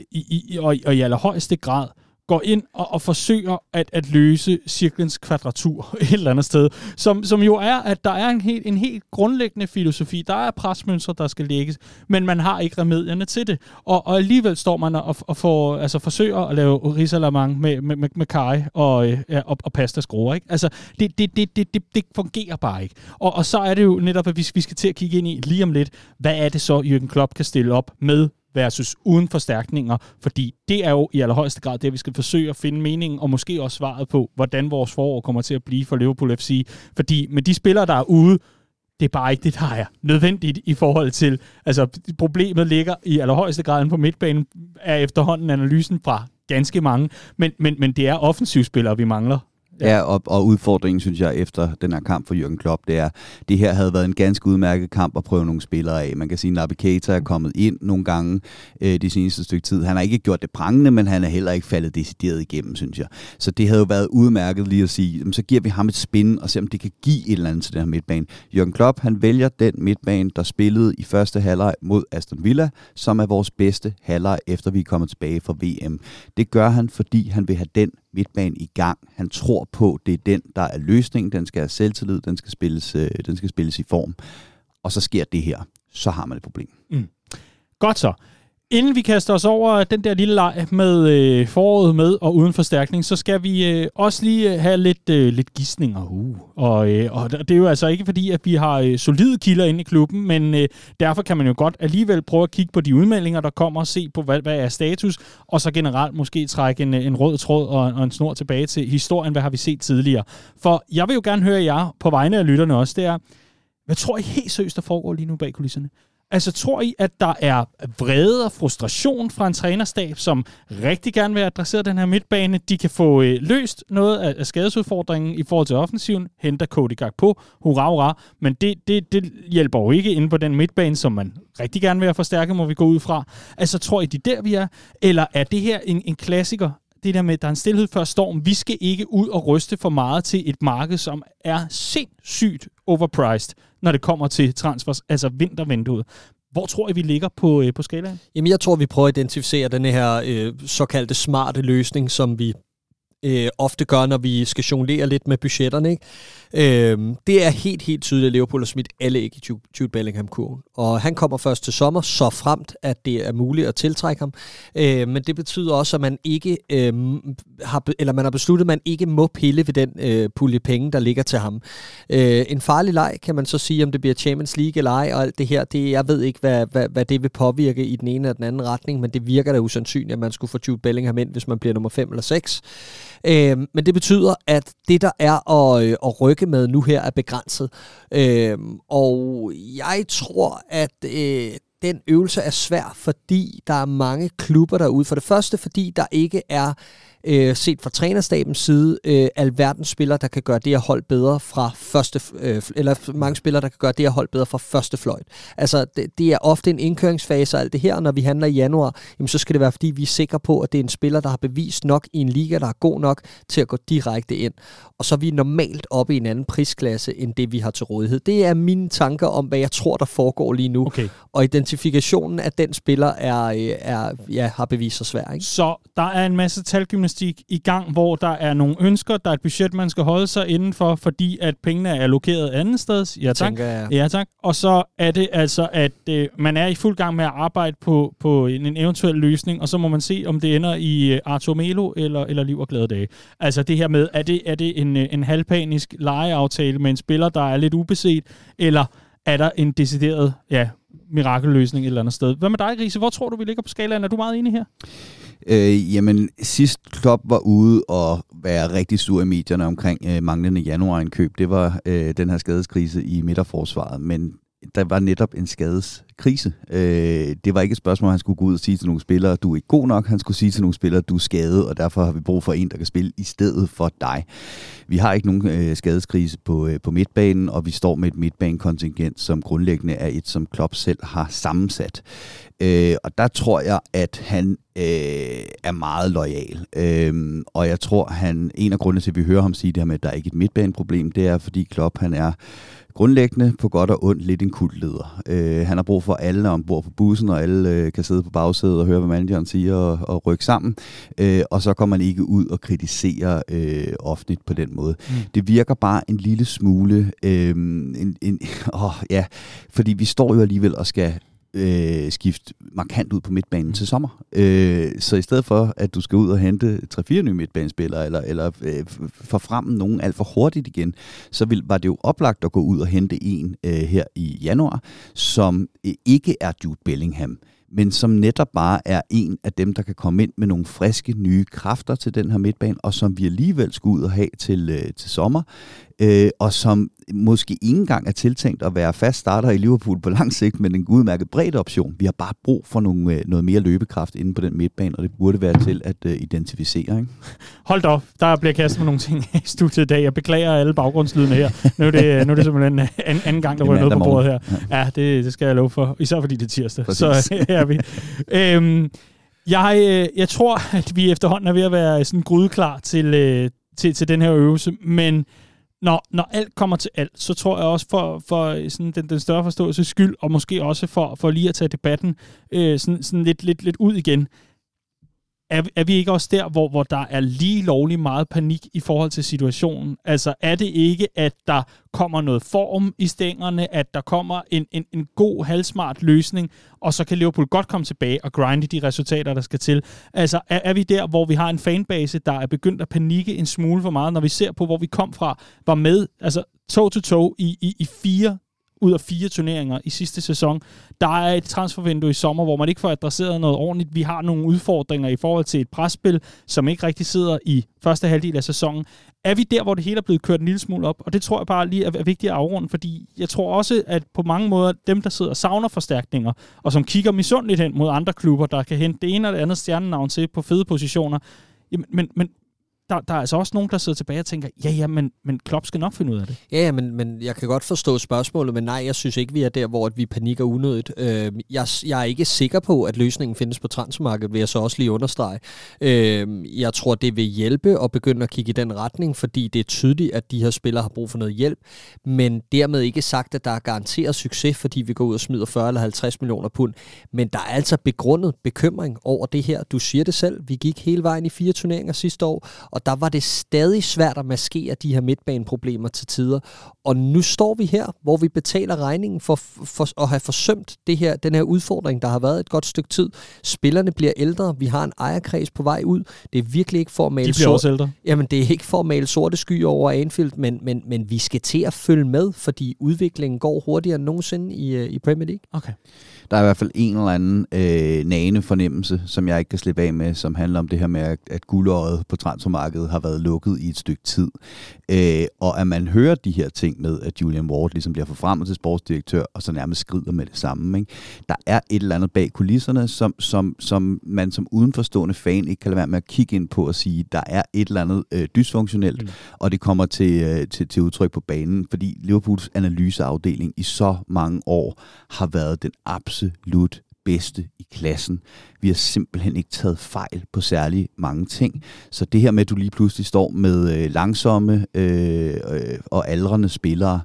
i allerhøjeste grad, går ind og forsøger at løse cirklens kvadratur et eller andet sted, som jo er, at der er en helt grundlæggende filosofi. Der er presmønstre, der skal lægges, men man har ikke remedierne til det. Og alligevel står man og forsøger at lave risalamande med kaj og pastaskruer, ikke? Altså, det fungerer bare ikke. Og så er det jo netop, at vi skal til at kigge ind i lige om lidt, hvad er det så, Jürgen Klopp kan stille op med versus uden forstærkninger, fordi det er jo i allerhøjeste grad det, vi skal forsøge at finde meningen, og måske også svaret på, hvordan vores forår kommer til at blive for Liverpool FC. Fordi med de spillere, der er ude, det er bare ikke det, der er nødvendigt i forhold til, altså problemet ligger i allerhøjeste grad på midtbanen, er efterhånden analysen fra ganske mange, men det er offensivspillere, vi mangler. Ja, og udfordringen, synes jeg, efter den her kamp for Jürgen Klopp, det er, det her havde været en ganske udmærket kamp at prøve nogle spillere af. Man kan sige, at Naby Keita er kommet ind nogle gange de seneste stykke tid. Han har ikke gjort det prangende, men han er heller ikke faldet decideret igennem, synes jeg. Så det havde jo været udmærket lige at sige, så giver vi ham et spin og se, om det kan give et eller andet til den her midtbane. Jürgen Klopp, han vælger den midtbane, der spillede i første halvleg mod Aston Villa, som er vores bedste halvleg, efter vi er kommet tilbage fra VM. Det gør han, fordi han vil have den midtbane i gang. Han tror på, det er den, der er løsningen. Den skal have selvtillid, den skal spilles i form. Og så sker det her. Så har man et problem. Mm. Godt så. Inden vi kaster os over den der lille leg med foråret med og uden forstærkning, så skal vi også lige have lidt gidsninger. Og det er jo altså ikke fordi, at vi har solide kilder inde i klubben, men derfor kan man jo godt alligevel prøve at kigge på de udmeldinger, der kommer, og se på, hvad er status, og så generelt måske trække en rød tråd og en snor tilbage til historien, hvad har vi set tidligere. For jeg vil jo gerne høre jer på vegne af lytterne også, det er, hvad tror I helt seriøst, der foregår lige nu bag kulisserne? Altså, tror I, at der er vrede og frustration fra en trænerstab, som rigtig gerne vil adressere den her midtbane? De kan få løst noget af skadesudfordringen i forhold til offensiven, henter Cody Gakpo, hurra, men det hjælper jo ikke inde på den midtbane, som man rigtig gerne vil have forstærket, må vi gå ud fra. Altså, tror I, det er der, vi er? Eller er det her en klassiker? Det der med, at der er en stilhed før storm. Vi skal ikke ud og ryste for meget til et marked, som er sindssygt overpriced, når det kommer til transfers, altså vintervinduet. Hvor tror I, vi ligger på skalaen? Jamen, jeg tror, vi prøver at identificere den her såkaldte smarte løsning, som vi ofte gør, når vi skal jonglere lidt med budgetterne. Ikke? Det er helt tydeligt, at Liverpool har smidt alle æg i Jude Bellingham-kurven. Og han kommer først til sommer, så fremt, at det er muligt at tiltrække ham. Men det betyder også, at man ikke man har besluttet, at man ikke må pille ved den pulje penge, der ligger til ham. En farlig leg, kan man så sige, om det bliver Champions League eller ej, og alt det her. Jeg ved ikke, hvad det vil påvirke i den ene eller den anden retning, men det virker da usandsynligt, at man skulle få Jude Bellingham ind, hvis man bliver nummer 5 eller 6. Men det betyder, at det, der er at rykke med nu her, er begrænset. Og jeg tror, at den øvelse er svær, fordi der er mange klubber derude. For det første, fordi der ikke er set fra trænerstabens side alverdens spillere, der kan gøre det her hold bedre fra første, eller mange spillere, der kan gøre det her hold bedre fra første fløjt. Altså, det er ofte en indkøringsfase og alt det her, og når vi handler i januar, jamen, så skal det være, fordi vi er sikre på, at det er en spiller, der har bevist nok i en liga, der er god nok til at gå direkte ind. Og så er vi normalt oppe i en anden prisklasse, end det vi har til rådighed. Det er mine tanker om, hvad jeg tror, der foregår lige nu. Okay. Og identifikationen af den spiller har bevist sig svær. Ikke? Så der er en masse talgymnastik i gang, hvor der er nogle ønsker, der er et budget, man skal holde sig indenfor, fordi at pengene er allokeret andet sted. Ja, tak. Ja, tak. Og så er det altså, at man er i fuld gang med at arbejde på en eventuel løsning, og så må man se, om det ender i Arthur Melo eller Liv og Glade Dage. Altså det her med, er det en halvpanisk lejeaftale med en spiller, der er lidt ubeset, eller er der en decideret mirakelløsning et eller andet sted? Hvad med dig, Riese? Hvor tror du, vi ligger på skalaen? Er du meget enig her? Jamen, sidst Klopp var ude og være rigtig sur i medierne omkring manglende januarindkøb, det var den her skadeskrise i midterforsvaret, men der var netop en skadeskrise. Det var ikke et spørgsmål, at han skulle gå ud og sige til nogle spillere, du er ikke god nok. Han skulle sige til nogle spillere, du er skadet, og derfor har vi brug for en, der kan spille i stedet for dig. Vi har ikke nogen skadeskrise på midtbanen, og vi står med et midtbanekontingent, som grundlæggende er et, som Klopp selv har sammensat. Og der tror jeg, at han er meget loyal. Og jeg tror, en af grundene til, at vi hører ham sige det her med, at der er ikke et midtbaneproblem, det er, fordi Klopp, han er grundlæggende på godt og ondt lidt en kultleder. Han har brug for alle ombord på bussen, og alle kan sidde på bagsædet og høre, hvad manageren siger og rykke sammen. Og så kommer man ikke ud og kritisere offentligt på den måde. Det virker bare en lille smule fordi vi står jo alligevel og skal skifte markant ud på midtbanen til sommer. Så i stedet for, at du skal ud og hente 3-4 nye midtbanespillere, eller få frem nogen alt for hurtigt igen, så var det jo oplagt at gå ud og hente en her i januar, som ikke er Jude Bellingham, men som netop bare er en af dem, der kan komme ind med nogle friske, nye kræfter til den her midtbane, og som vi alligevel skal ud og have til sommer, og som måske ikke engang er tiltænkt at være fast starter i Liverpool på lang sigt, men en udmærket bred option. Vi har bare brug for noget mere løbekraft inde på den midtbane, og det burde være til at identificere. Ikke? Hold da op, der bliver kastet med nogle ting i studiet i dag. Jeg beklager alle baggrundslydene her. Nu er det simpelthen anden gang, der ryger noget på bordet her. Ja, det skal jeg love for. Især fordi det er tirsdag. Præcis. Så her er vi. Jeg tror, at vi efterhånden er ved at være sådan grydeklar til den her øvelse, men når alt kommer til alt, så tror jeg også for sådan den større forståelses skyld, og måske også for lige at tage debatten sådan lidt ud igen, er vi ikke også der, hvor der er lige lovlig meget panik i forhold til situationen? Altså er det ikke, at der kommer noget form i stængerne, at der kommer en god, halvsmart løsning, og så kan Liverpool godt komme tilbage og grinde de resultater, der skal til? Altså er vi der, hvor vi har en fanbase, der er begyndt at panikke en smule for meget, når vi ser på, hvor vi kom fra, var med, altså toe-to-toe i 4 ud af 4 turneringer i sidste sæson. Der er et transfervindue i sommer, hvor man ikke får adresseret noget ordentligt. Vi har nogle udfordringer i forhold til et presspil, som ikke rigtig sidder i første halvdel af sæsonen. Er vi der, hvor det hele er blevet kørt en lille smule op? Og det tror jeg bare lige er vigtigt at afrunde, fordi jeg tror også, at på mange måder, dem, der sidder og savner forstærkninger, og som kigger misundeligt hen mod andre klubber, der kan hente det ene eller det andet stjernenavn til på fede positioner, men der er altså også nogen, der sidder tilbage og tænker, men Klopp skal nok finde ud af det. Ja, men jeg kan godt forstå spørgsmålet, men nej, jeg synes ikke, vi er der, hvor vi panikker unødigt. Jeg er ikke sikker på, at løsningen findes på transfermarkedet, vil jeg så også lige understrege. Jeg tror, det vil hjælpe at begynde at kigge i den retning, fordi det er tydeligt, at de her spillere har brug for noget hjælp, men dermed ikke sagt, at der er garanteret succes, fordi vi går ud og smider 40 eller 50 millioner pund. Men der er altså begrundet bekymring over det her. Du siger det selv, vi gik hele vejen i 4 turneringer sidste år, og der var det stadig svært at maskere de her midtbaneproblemer til tider. Og nu står vi her, hvor vi betaler regningen for at have forsømt den her udfordring, der har været et godt stykke tid. Spillerne bliver ældre, vi har en ejerkreds på vej ud. Det er virkelig ikke for at male det er ikke for at male sorte skyer over Anfield, men vi skal til at følge med, fordi udviklingen går hurtigere end nogensinde i Premier League. Okay. Der er i hvert fald en eller anden nagende fornemmelse, som jeg ikke kan slippe af med, som handler om det her med, at guldåret på transfermarkedet har været lukket i et stykke tid. Og at man hører de her ting med, at Julian Ward ligesom bliver forfremmet til sportsdirektør, og så nærmest skrider med det samme. Ikke? Der er et eller andet bag kulisserne, som man som udenforstående fan ikke kan lade være med at kigge ind på og sige, der er et eller andet dysfunktionelt, og det kommer til udtryk på banen, fordi Liverpools analyseafdeling i så mange år har været den absolut bedste i klassen. Vi har simpelthen ikke taget fejl på særlig mange ting. Så det her med, at du lige pludselig står med langsomme og aldrende spillere,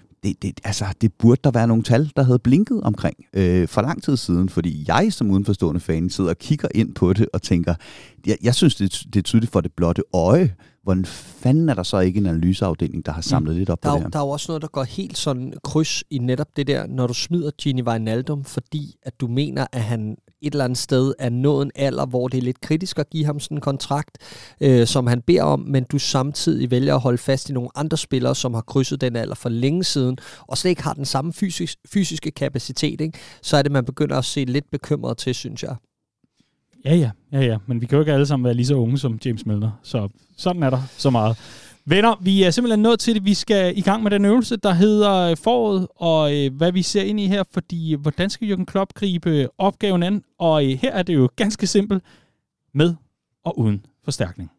det burde der være nogle tal, der havde blinket omkring for lang tid siden, fordi jeg som udenforstående fan sidder og kigger ind på det og tænker, jeg synes, det er tydeligt for det blotte øje. Hvordan fanden er der så ikke en analyseafdeling, der har samlet lidt op på det her? Der er jo også noget, der går helt sådan kryds i netop det der, når du smider Gini Wijnaldum, fordi at du mener, at han et eller andet sted er nået en alder, hvor det er lidt kritisk at give ham sådan en kontrakt, som han beder om, men du samtidig vælger at holde fast i nogle andre spillere, som har krydset den alder for længe siden, og slet ikke har den samme fysiske kapacitet, ikke? Så er det, man begynder at se lidt bekymret til, synes jeg. Ja, men vi kan jo ikke alle sammen være lige så unge som James Milner, så sådan er der så meget. Venner, vi er simpelthen nået til det. Vi skal i gang med den øvelse, der hedder foråret, og hvad vi ser ind i her, fordi hvordan skal Jürgen Klopp gribe opgaven an? Og her er det jo ganske simpelt, med og uden forstærkning.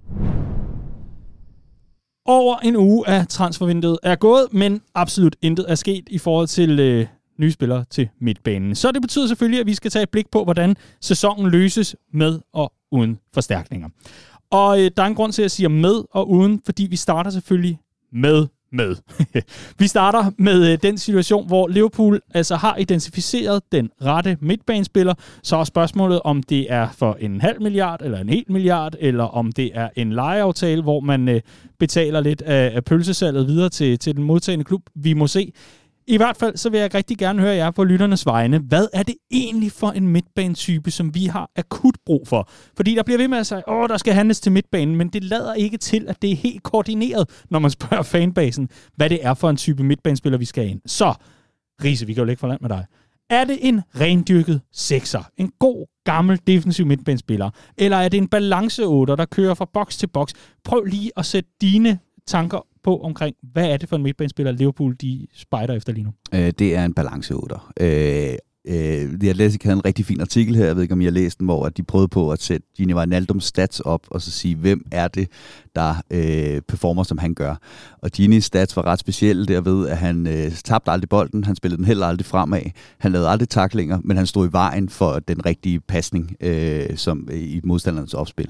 Over en uge af transfervinduet er gået, men absolut intet er sket i forhold til nye spillere til midtbanen. Så det betyder selvfølgelig, at vi skal tage et blik på, hvordan sæsonen løses med og uden forstærkninger. Og der er en grund til, at jeg siger med og uden, fordi vi starter selvfølgelig med. Vi starter med den situation, hvor Liverpool altså har identificeret den rette midtbanespiller. Så er spørgsmålet, om det er for 0,5 milliard eller 1 milliard, eller om det er en lejeaftale, hvor man betaler lidt af pølsesalget videre til den modtagende klub. Vi må se. I hvert fald så vil jeg rigtig gerne høre jer på lytternes vegne. Hvad er det egentlig for en midtbanetype, som vi har akut brug for? Fordi der bliver ved med at sige, der skal handles til midtbanen, men det lader ikke til, at det er helt koordineret, når man spørger fanbasen, hvad det er for en type midtbanespiller, vi skal ind. Så, Riese, vi kan jo lægge for land med dig. Er det en rendyrket sekser? En god, gammel, defensiv midtbanespiller? Eller er det en balance-8, der kører fra boks til boks? Prøv lige at sætte dine tanker på omkring, hvad er det for en midtbanespiller, Liverpool de spejder efter lige nu? Det er en balance-8'er. The Athletic havde en rigtig fin artikel her, jeg ved ikke, om I har læst den, hvor de prøvede på at sætte Gini Wijnaldums stats op, og så sige, hvem er det, der performer, som han gør. Og Ginis stats var ret specielle derved, at han tabte aldrig bolden, han spillede den heller aldrig fremad, han lavede aldrig tacklinger, men han stod i vejen for den rigtige pasning som i modstanderens opspil.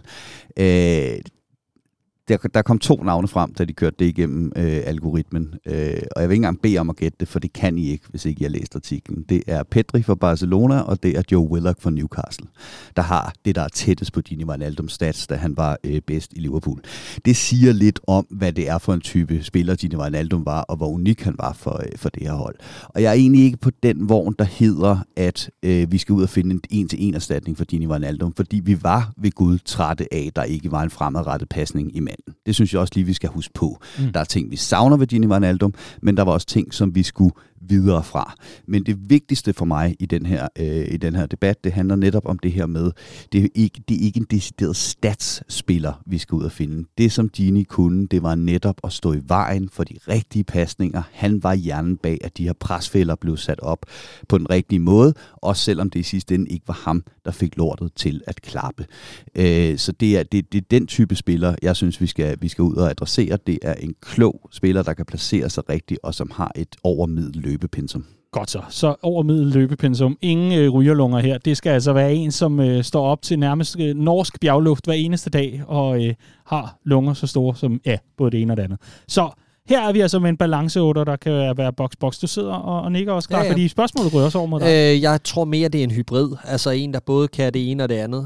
Der kom 2 navne frem, da de kørte det igennem algoritmen. Og jeg vil ikke engang bede om at gætte det, for det kan I ikke, hvis ikke I har læst artiklen. Det er Pedri fra Barcelona, og det er Joe Willock fra Newcastle, der har det, der er tættest på Gini Wijnaldums stats, da han var bedst i Liverpool. Det siger lidt om, hvad det er for en type spiller, Gini Wijnaldum var, og hvor unik han var for det her hold. Og jeg er egentlig ikke på den vogn, der hedder, at vi skal ud og finde en 1-til-1 erstatning for Gini Wijnaldum, fordi vi var ved Gud trætte af, der ikke var en fremadrettet pasning i manden. Det synes jeg også lige, vi skal huske på. Der er ting, vi savner ved Gini Wijnaldum, men der var også ting, som vi skulle videre fra. Men det vigtigste for mig i den her debat, det handler netop om det her med, det er ikke en decideret statsspiller, vi skal ud og finde. Det, som Gini kunne, det var netop at stå i vejen for de rigtige pasninger. Han var hjernen bag, at de her presfælder blev sat op på den rigtige måde, også selvom det i sidste ende ikke var ham, der fik lortet til at klappe. Så det er den type spiller, jeg synes, vi skal ud og adressere. Det er en klog spiller, der kan placere sig rigtigt, og som har et overmiddel løbepensum. Godt så overmiddel løbepensum. Ingen rygerlunger her. Det skal altså være en, som står op til nærmest norsk bjergluft hver eneste dag, og har lunger så store som, både det ene og det andet. Så her er vi altså med en balanceotter, der kan være box. Du sidder og nikker også klar, fordi spørgsmålet ryger også over mod dig. Jeg tror mere, det er en hybrid. Altså en, der både kan det ene og det andet.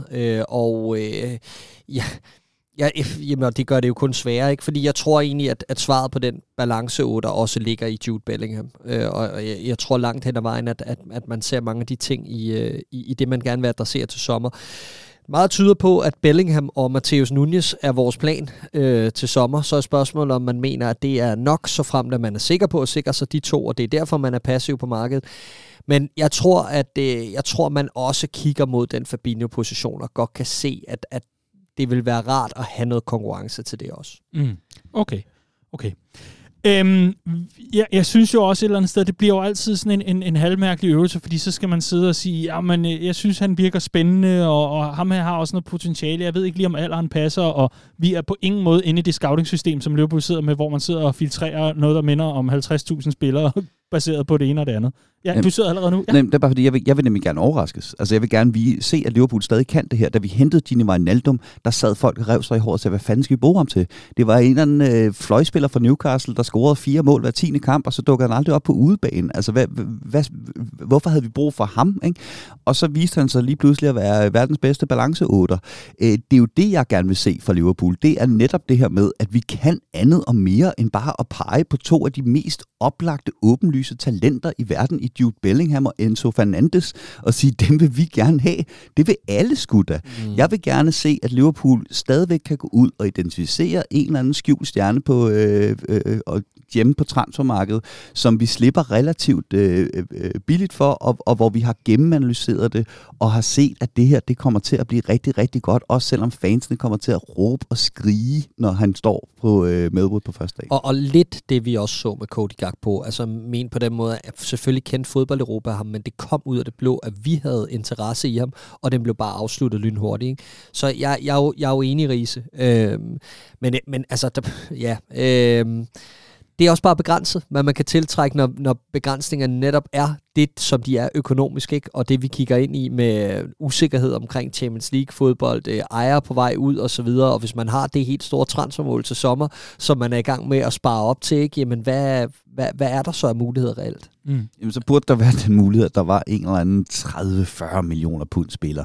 Jamen, det gør det jo kun sværere, ikke? Fordi jeg tror egentlig, at svaret på den balanceotter også ligger i Jude Bellingham. Og jeg tror langt hen ad vejen, at man ser mange af de ting i det, man gerne vil adressere til sommer. Meget tyder på, at Bellingham og Matheus Nunes er vores plan til sommer. Så er spørgsmålet, om man mener, at det er nok, så frem at man er sikker på at sikre sig de to, og det er derfor, man er passiv på markedet. Men jeg tror, man også kigger mod den Fabinho-position og godt kan se, at det vil være rart at have noget konkurrence til det også. Okay. Jeg synes jo også et eller andet sted, det bliver jo altid sådan en halvmærkelig øvelse, fordi så skal man sidde og sige, jamen, jeg synes, han virker spændende, og ham her har også noget potentiale. Jeg ved ikke lige, om alderen passer, og vi er på ingen måde inde i det scouting-system, som Liverpool sidder med, hvor man sidder og filtrerer noget, der minder om 50.000 spillere, baseret på det ene og det andet. Ja, du sidder allerede nu. Ja. Nej, det er bare fordi, jeg vil nemlig gerne overraskes. Altså, jeg vil gerne se, at Liverpool stadig kan det her. Da vi hentede Gini Wijnaldum, der sad folk og rev sig i håret og sagde, hvad fanden skal vi bruge ham til? Det var en eller anden fløjspiller fra Newcastle, der scorede 4 mål hver 10. kamp, og så dukkede han aldrig op på udebanen. Altså, hvorfor havde vi brug for ham? Ikke? Og så viste han sig lige pludselig at være verdens bedste balanceotter. Det er jo det, jeg gerne vil se fra Liverpool. Det er netop det her med, at vi kan andet og mere end bare at pege på to af de mest oplagte, åbenlyse talenter i verden i Jude Bellingham og Enzo Fernandes, og sige, dem vil vi gerne have. Det vil alle sgu da. Jeg vil gerne se, at Liverpool stadigvæk kan gå ud og identificere en eller anden skjult stjerne på hjemme på transfermarkedet, som vi slipper relativt billigt for, og hvor vi har gennemanalyseret det, og har set, at det her, det kommer til at blive rigtig, rigtig godt, også selvom fansene kommer til at råbe og skrige, når han står på medbrud på første dag. Og lidt det, vi også så med Cody Gakpo, altså men på den måde, at selvfølgelig kendte fodbold Europa ham, men det kom ud af det blå, at vi havde interesse i ham, og den blev bare afsluttet lynhurtigt, ikke? Så jeg er jo enig, Riese. Men altså, det er også bare begrænset, hvad man kan tiltrække, når begrænsningerne netop er det, som de er økonomisk, ikke? Og det, vi kigger ind i med usikkerhed omkring Champions League-fodbold, ejere på vej ud og så videre, og hvis man har det helt store transfermål til sommer, som man er i gang med at spare op til, ikke? Jamen, hvad er der så af muligheder reelt? Jamen, så burde der være den mulighed, at der var en eller anden 30-40 millioner pund spiller,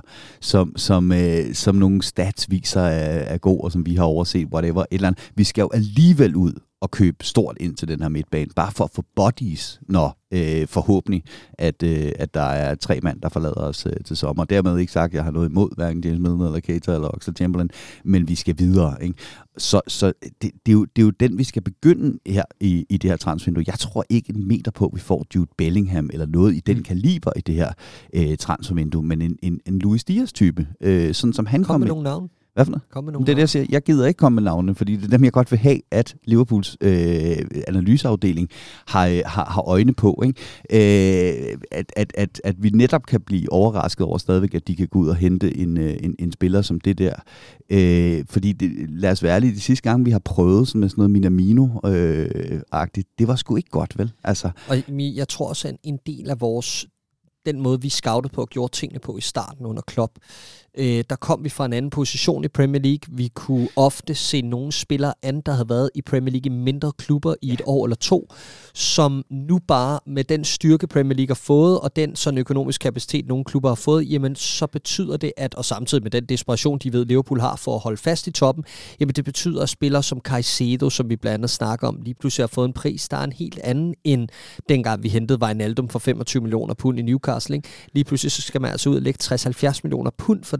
som nogle stats viser er god, og som vi har overset, whatever, et eller andet. Vi skal jo alligevel ud og købe stort ind til den her midtbane, bare for at få bodies, når forhåbentlig, at der er 3 mand, der forlader os til sommer. Dermed ikke sagt, at jeg har noget imod hverken James Milner eller Keita eller Oxlade-Chamberlain, men vi skal videre, ikke? Så det er jo den, vi skal begynde her i det her transfervindue. Jeg tror ikke en meter på, at vi får Jude Bellingham eller noget i den kaliber i det her transfervindue, men en Luis Diaz-type, sådan som han kom med nogle navne. Hvad for noget? Det er det, jeg siger. Jeg gider ikke komme med navnene, fordi det er dem, jeg godt vil have, at Liverpools analyseafdeling har øjne på. Ikke? At vi netop kan blive overrasket over stadigvæk, at de kan gå ud og hente en spiller som det der. Fordi lad os være ærlige, de sidste gange, vi har prøvet sådan med sådan noget Minamino-agtigt, det var sgu ikke godt, vel? Altså. Og jeg tror også, at en del af den måde, vi scoutede på og gjorde tingene på i starten under Klopp, der kom vi fra en anden position i Premier League. Vi kunne ofte se nogle spillere an, der havde været i Premier League i mindre klubber i 1 år eller 2, som nu bare med den styrke Premier League har fået, og den sådan økonomisk kapacitet, nogle klubber har fået, jamen så betyder det, og samtidig med den desperation, de ved, Liverpool har for at holde fast i toppen, jamen det betyder, at spillere som Caicedo, som vi blandt andet snakker om, lige pludselig har fået en pris, der er en helt anden, end dengang vi hentede Wijnaldum for 25 millioner pund i Newcastle. Ikke? Lige pludselig så skal man altså ud og lægge 60-70 millioner pund for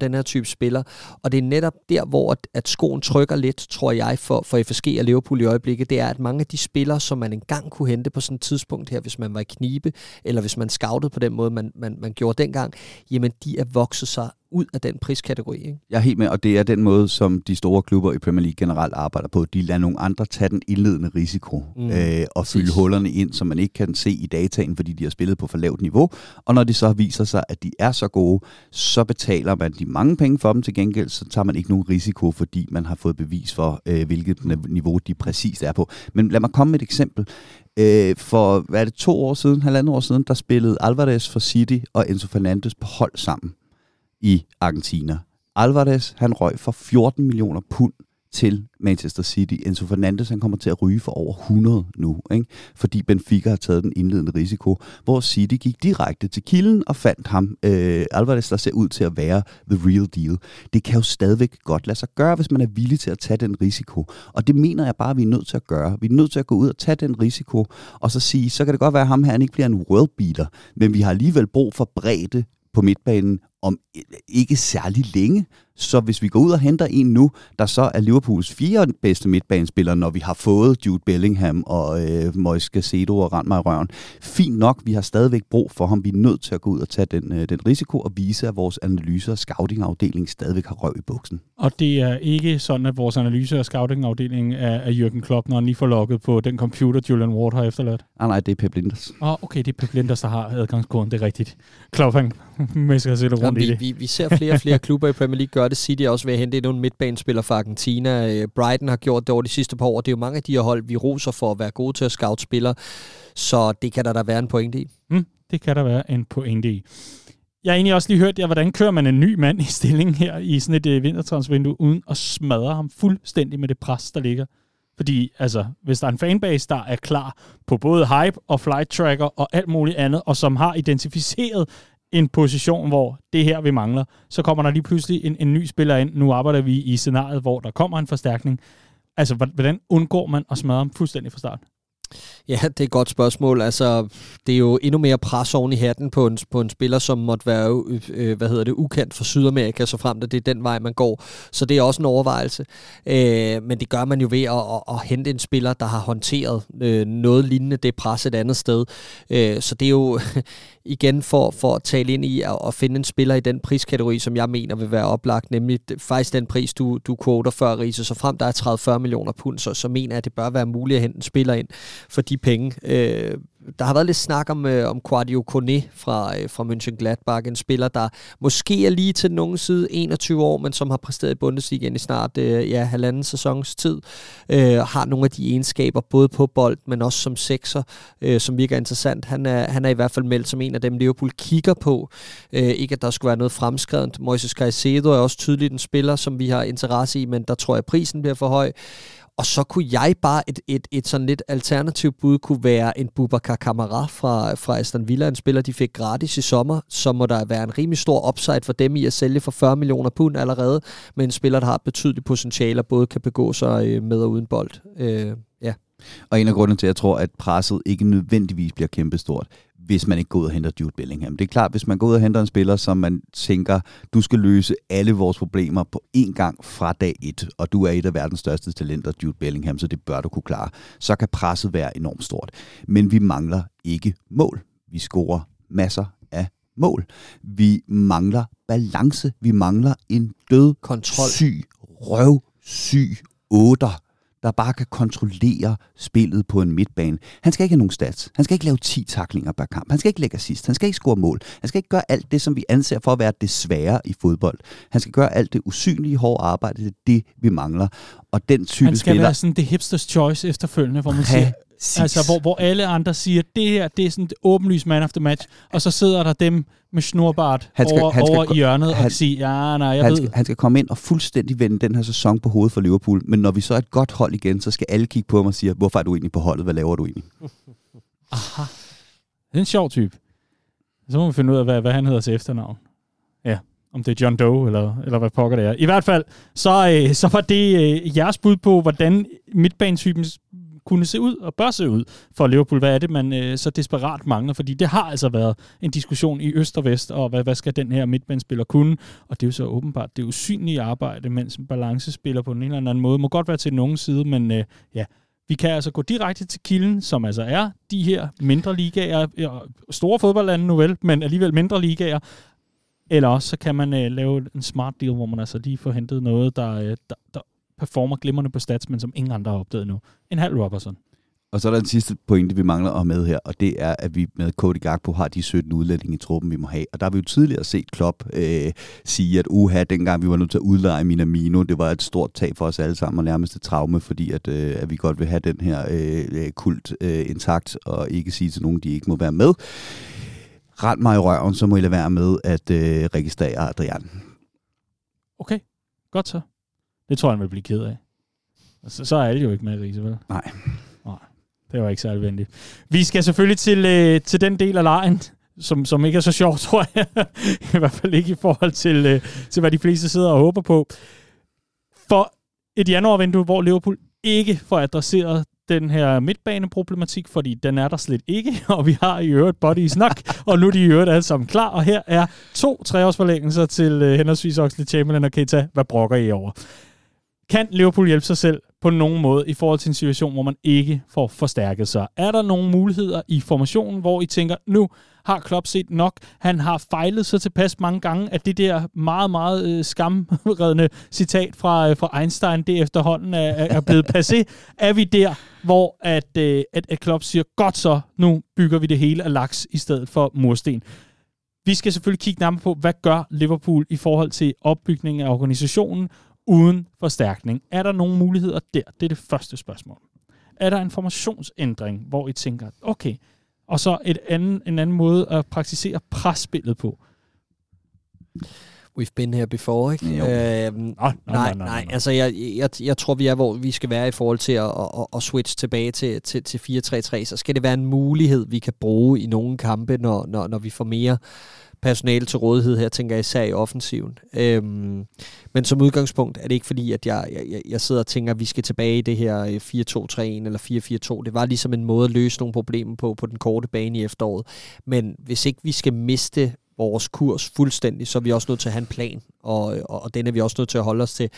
den her type spiller. Og det er netop der, hvor at skoen trykker lidt, tror jeg, for FSG og Liverpool i øjeblikket. Det er, at mange af de spillere, som man engang kunne hente på sådan et tidspunkt her, hvis man var i knibe, eller hvis man scoutede på den måde, man gjorde dengang, jamen de er vokset sig ud af den priskategori. Ikke? Jeg er helt med, og det er den måde, som de store klubber i Premier League generelt arbejder på. De lader nogle andre tage den indledende risiko og fylde hullerne ind, som man ikke kan se i dataen, fordi de har spillet på for lavt niveau. Og når det så viser sig, at de er så gode, så betaler man de mange penge for dem til gengæld, så tager man ikke nogen risiko, fordi man har fået bevis for, hvilket niveau de præcist er på. Men lad mig komme med et eksempel. For, hvad er det, 1,5 år siden, der spillede Alvarez for City og Enzo Fernandes på hold sammen i Argentina. Alvarez, han røg for 14 millioner pund til Manchester City. Enzo Fernandes, han kommer til at ryge for over 100 nu, ikke? Fordi Benfica har taget den indledende risiko, hvor City gik direkte til kilden og fandt ham. Alvarez, der ser ud til at være the real deal. Det kan jo stadigvæk godt lade sig gøre, hvis man er villig til at tage den risiko. Og det mener jeg bare, vi er nødt til at gøre. Vi er nødt til at gå ud og tage den risiko, og så sige, så kan det godt være, at ham her han ikke bliver en worldbeater, men vi har alligevel brug for bredde på midtbanen om ikke særlig længe. Så hvis vi går ud og henter en nu, der så er Liverpools 4. bedste midtbanespiller, når vi har fået Jude Bellingham og Moise Caicedo og rent mig i røven. Fint nok, vi har stadigvæk brug for ham. Vi er nødt til at gå ud og tage den risiko og vise, at vores analyse- og scouting-afdeling stadigvæk har røv i buksen. Og det er ikke sådan, at vores analyse- og scouting-afdeling er Jürgen Klopp, når han lige får logget på den computer, Julian Ward har efterladt? Nej, det er Pep Linders. Okay, det er Pep Linders, der har adgangskoden, det er rigtigt. Klopp, han mæsker sig lidt rundt i det. Vi ser flere og flere klubber i Premier League gøre det. City er også ved at hente nogle midtbanespillere fra Argentina. Brighton har gjort det over de sidste par år. Det er jo mange af de her hold, vi roser for at være gode til at scout spillere. Så det kan der da være en pointe i. Det kan der være en pointe i. Jeg har egentlig også lige hørt, hvordan kører man en ny mand i stilling her i sådan et vintertransfervindue, uden at smadre ham fuldstændig med det pres, der ligger. Fordi altså, hvis der er en fanbase, der er klar på både hype og flight tracker og alt muligt andet, og som har identificeret en position, hvor det her vi mangler, så kommer der lige pludselig en ny spiller ind. Nu arbejder vi i scenariet, hvor der kommer en forstærkning. Altså, hvordan undgår man at smadre ham fuldstændig fra start? Ja, det er et godt spørgsmål. Altså, det er jo endnu mere pres oven i hatten på en spiller, som måtte være ukendt for Sydamerika, så frem det er den vej, man går. Så det er også en overvejelse. Men det gør man jo ved at hente en spiller, der har håndteret noget lignende det pres et andet sted. Så det er jo igen for at tale ind i at finde en spiller i den priskategori, som jeg mener vil være oplagt, nemlig faktisk den pris, du quoter før, Riese. Så frem der er 30-40 millioner pund, så mener jeg, at det bør være muligt at hente en spiller ind for de penge. Der har været lidt snak om Kouadio Koné fra Mönchengladbach, en spiller, der måske er lige til den unge side, 21 år, men som har præsteret i Bundesligaen i snart 1,5 sæsons tid. Har nogle af de egenskaber, både på bold, men også som sekser, som virker interessant. Han er i hvert fald meldt som en af dem, Liverpool kigger på. Ikke at der skulle være noget fremskredent. Moises Caicedo er også tydeligt en spiller, som vi har interesse i, men der tror jeg, at prisen bliver for høj. Og så kunne jeg bare et sådan lidt alternativt bud kunne være en Boubacar Kamara fra Aston Villa, en spiller, de fik gratis i sommer, så må der være en rimelig stor upside for dem i at sælge for 40 millioner pund allerede, med en spiller, der har betydeligt potentiale og både kan begå sig med og uden bold. Ja. Og en af grundene til, at jeg tror, at presset ikke nødvendigvis bliver kæmpestort, hvis man ikke går ud og henter Jude Bellingham. Det er klart, hvis man går ud og henter en spiller, som man tænker, du skal løse alle vores problemer på én gang fra dag 1, og du er et af verdens største talenter, Jude Bellingham, så det bør du kunne klare, så kan presset være enormt stort. Men vi mangler ikke mål. Vi scorer masser af mål. Vi mangler balance. Vi mangler en død, syg, røvsyg 8'er, der bare kan kontrollere spillet på en midtbane. Han skal ikke have nogen stats. Han skal ikke lave 10 tacklinger per kamp. Han skal ikke lægge assist. Han skal ikke score mål. Han skal ikke gøre alt det, som vi anser for at være det svære i fodbold. Han skal gøre alt det usynlige, hårde arbejde. Det er det, vi mangler. Og den type han skal spiller være sådan det hipsters choice efterfølgende, hvor man siger, altså hvor alle andre siger, det her, det er sådan et åbenlyst man of the match, og så sidder der dem med snorbart over i hjørnet og siger, jeg ved. Han skal komme ind og fuldstændig vende den her sæson på hovedet for Liverpool, men når vi så er et godt hold igen, så skal alle kigge på ham og sige, hvorfor er du egentlig på holdet? Hvad laver du egentlig? Aha. Det er en sjov type. Så må vi finde ud af, hvad han hedder til efternavn. Ja, om det er John Doe, eller hvad pokker det er. I hvert fald, så var det jeres bud på, hvordan midtbanetypen kunne se ud og bør se ud for Liverpool? Hvad er det, man så desperat mangler? Fordi det har altså været en diskussion i øst og vest, og hvad skal den her midtbanespiller kunne? Og det er jo så åbenbart det usynlige arbejde, mens en balancespiller på den ene eller anden måde må godt være til nogen side, men vi kan altså gå direkte til kilden, som altså er de her mindre ligaer, store fodboldlande nu vel, men alligevel mindre ligaer. Eller også så kan man lave en smart deal, hvor man altså lige får hentet noget, der performer glimrende på stats, men som ingen andre har opdaget nu. En halv Robertson. Og så er der den sidste pointe, vi mangler at have med her, og det er, at vi med Cody Gakpo har de 17 udlændinge i truppen, vi må have. Og der har vi jo tidligere set Klopp sige, at dengang vi var nødt til at udleje Minamino, det var et stort tab for os alle sammen, og nærmest et traume, fordi at vi godt vil have den her kult intakt, og ikke sige til nogen, de ikke må være med. Rend mig i røven, så må I lade være med at registrere Adrian. Okay, godt så. Det tror jeg, han vil blive ked af. Så er alle jo ikke med i Riese, vel? Nej. Det var ikke særlig venligt. Vi skal selvfølgelig til den del af lejen, som ikke er så sjov, tror jeg. I hvert fald ikke i forhold til hvad de fleste sidder og håber på. For et januarvindue, hvor Liverpool ikke får adresseret den her midtbaneproblematik, fordi den er der slet ikke, og vi har i øvrigt bodies nok, og nu er de i øvrigt alle sammen klar, og her er 2 treårsforlængelser til henholdsvis Oxlade-Chamberlain og Keita. Hvad brokker I over? Kan Liverpool hjælpe sig selv på nogen måde i forhold til en situation, hvor man ikke får forstærket sig? Er der nogle muligheder i formationen, hvor I tænker, nu har Klopp set nok, han har fejlet så tilpas mange gange, at det der meget, meget skamredende citat fra Einstein, det efterhånden er blevet passé? Er vi der, hvor at Klopp siger, godt så, nu bygger vi det hele af laks i stedet for mursten? Vi skal selvfølgelig kigge nærmere på, hvad gør Liverpool i forhold til opbygningen af organisationen, uden forstærkning. Er der nogle muligheder der? Det er det første spørgsmål. Er der en formationsændring, hvor I tænker, okay, og så en anden måde at praktisere presspillet på? We've been here before, ikke? Nej. Altså, jeg tror, vi er, hvor vi skal være i forhold til at switch tilbage til 4-3-3. Så skal det være en mulighed, vi kan bruge i nogle kampe, når vi får mere personale til rådighed her, tænker jeg især i offensiven. Men som udgangspunkt er det ikke fordi, at jeg sidder og tænker, at vi skal tilbage i det her 4-2-3-1 eller 4-4-2. Det var ligesom en måde at løse nogle problemer på den korte bane i efteråret. Men hvis ikke vi skal miste vores kurs fuldstændig, så er vi også nødt til at have en plan, og den er vi også nødt til at holde os til.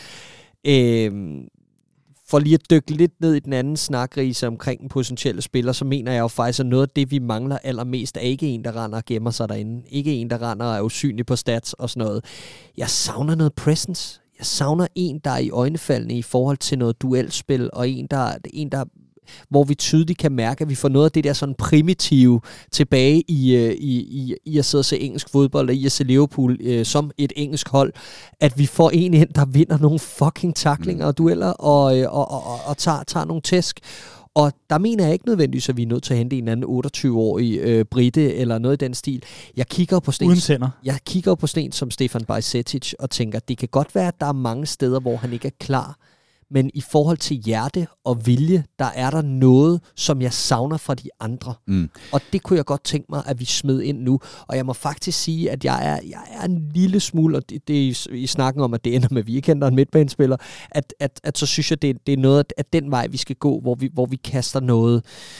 For lige at dykke lidt ned i den anden snakrise omkring den potentielle spiller, så mener jeg jo faktisk, at noget af det, vi mangler allermest, er ikke en, der render og gemmer sig derinde. Ikke en, der render og er usynlig på stats og sådan noget. Jeg savner noget presence. Jeg savner en, der er i øjnefaldene i forhold til noget duelspil, og en, der hvor vi tydeligt kan mærke, at vi får noget af det der sådan primitive tilbage i at sidde og se engelsk fodbold, og i at se Liverpool som et engelsk hold, at vi får en ind, der vinder nogle fucking tacklinger og dueller, og tager nogle tæsk. Og der mener jeg ikke nødvendigvis, at vi er nødt til at hente en anden 28-årig brite, eller noget i den stil. Jeg kigger på sådan en som Stefan Bajsetic, og tænker, det kan godt være, at der er mange steder, hvor han ikke er klar, men i forhold til hjerte og vilje, der er der noget, som jeg savner fra de andre. Og det kunne jeg godt tænke mig, at vi smed ind nu. Og jeg må faktisk sige, at jeg er en lille smule, og det er i snakken om, at det ender med, at vi ikke henter en midtbanespiller, at så synes jeg, det er noget af den vej, vi skal gå, hvor vi kaster noget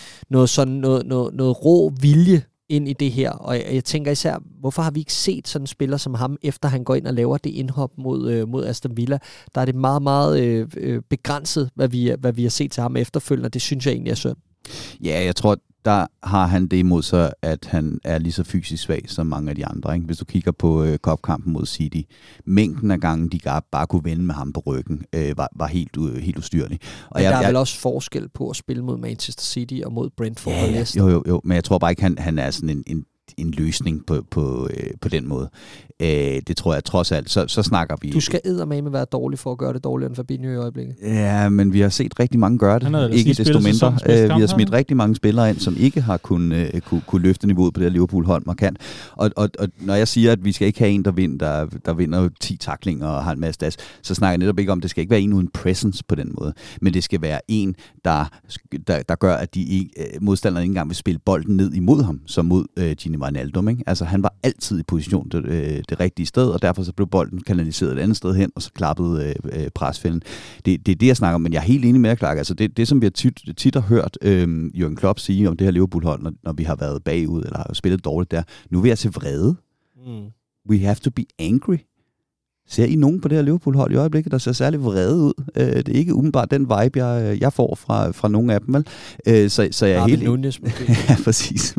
rå vilje ind i det her, og jeg tænker især, hvorfor har vi ikke set sådan en spiller som ham, efter han går ind og laver det indhop mod Aston Villa? Der er det meget, meget begrænset, hvad vi har set til ham efterfølgende, og det synes jeg egentlig er synd. Ja, jeg tror, der har han det imod sig, at han er lige så fysisk svag som mange af de andre. Ikke? Hvis du kigger på cupkampen mod City, mængden af gange, de bare kunne vende med ham på ryggen, var helt ustyrlig. Og men der er vel også forskel på at spille mod Manchester City og mod Brentford og Leicester? Jo, men jeg tror bare ikke, han er sådan en løsning på den måde. Det tror jeg trods alt, så snakker vi... Du skal eddermame være dårlig for at gøre det dårligere end Fabinho i øjeblikket. Ja, men vi har set rigtig mange gøre det. Ikke desto mindre. Vi har smidt rigtig mange spillere ind, som ikke har kunne løfte niveauet på det her Liverpool-hold markant. Og når jeg siger, at vi skal ikke have en, der vinder 10 tacklinger og har en masse stats, så snakker jeg netop ikke om, det skal ikke være en uden presence på den måde. Men det skal være en, der gør, at modstanderne ikke engang vil spille bolden ned imod ham, som mod Gini Wijnaldum, ikke? Altså, han var altid i position det rigtige sted, og derfor så blev bolden kanaliseret et andet sted hen, og så klappede presfælden. Det er det, jeg snakker om, men jeg er helt enig med jer, Clark. Altså, det som vi har tit har hørt Jürgen Klopp sige om det her Liverpool-hold, når vi har været bagud, eller har spillet dårligt der, nu vil jeg se vrede. We have to be angry. Ser I nogen på det her Liverpool-hold i øjeblikket, der ser særlig vrede ud? Det er ikke umiddelbart den vibe, jeg får fra nogle af dem, vel? Så jeg er helt... Nunes, ja, præcis.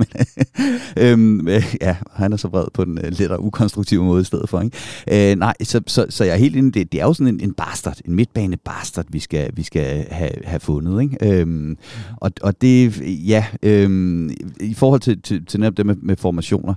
Ja, han er så vred på den lidt ukonstruktive måde i stedet for, ikke? Nej, så jeg er helt inde. Det er jo sådan en bastard, en midtbane-bastard, vi skal have fundet, ikke? Og det, ja, i forhold til netop det med formationer,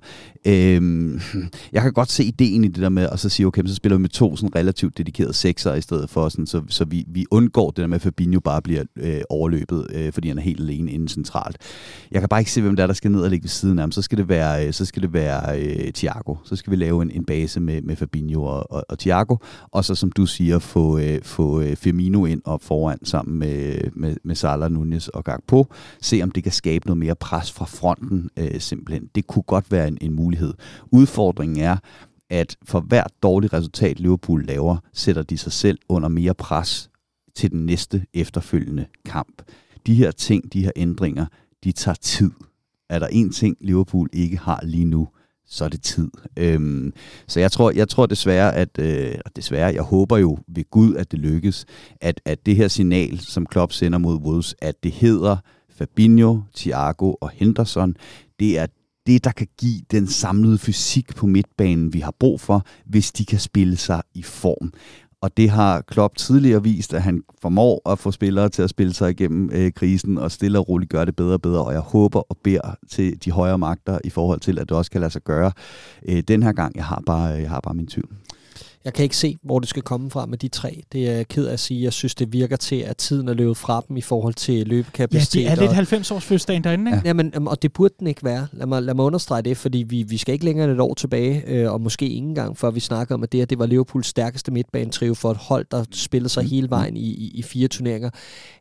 jeg kan godt se ideen i det der med, at så sige, okay, så spiller vi med 2 sådan relativt dedikerede sekser i stedet for, sådan, så vi undgår det der med, at Fabinho bare bliver overløbet, fordi han er helt alene inde centralt. Jeg kan bare ikke se, hvem der skal ned og ligge ved siden af ham. Så skal det være Thiago. Så skal vi lave en base med Fabinho og Thiago, og så, som du siger, få Firmino ind og foran sammen med Salah, Nunes og Gakpo. Se, om det kan skabe noget mere pres fra fronten, simpelthen. Det kunne godt være en mulighed. Udfordringen er, at for hvert dårligt resultat, Liverpool laver, sætter de sig selv under mere pres til den næste efterfølgende kamp. De her ting, de her ændringer, de tager tid. Er der en ting, Liverpool ikke har lige nu, så er det tid. Så jeg tror desværre, jeg håber jo ved Gud, at det lykkes, at det her signal, som Klopp sender mod Wolves, at det hedder Fabinho, Thiago og Henderson, det er det, der kan give den samlede fysik på midtbanen, vi har brug for, hvis de kan spille sig i form. Og det har Klopp tidligere vist, at han formår at få spillere til at spille sig igennem krisen, og stille og roligt gøre det bedre og bedre. Og jeg håber og beder til de højere magter i forhold til, at det også kan lade sig gøre. Den her gang, jeg har bare min tvivl. Jeg kan ikke se, hvor det skal komme fra med de 3. Det er jeg ked af at sige. Jeg synes, det virker til, at tiden er løbet fra dem i forhold til løbekapacitet. Ja, det er lidt 90-års fødselsdagen derinde, ikke? Ja, men, og det burde den ikke være. Lad mig understrege det, fordi vi skal ikke længere end et år tilbage, og måske ikke engang, før vi snakker om, at det var Liverpools stærkeste midtbanetrio for et hold, der spillede sig hele vejen i 4 turneringer.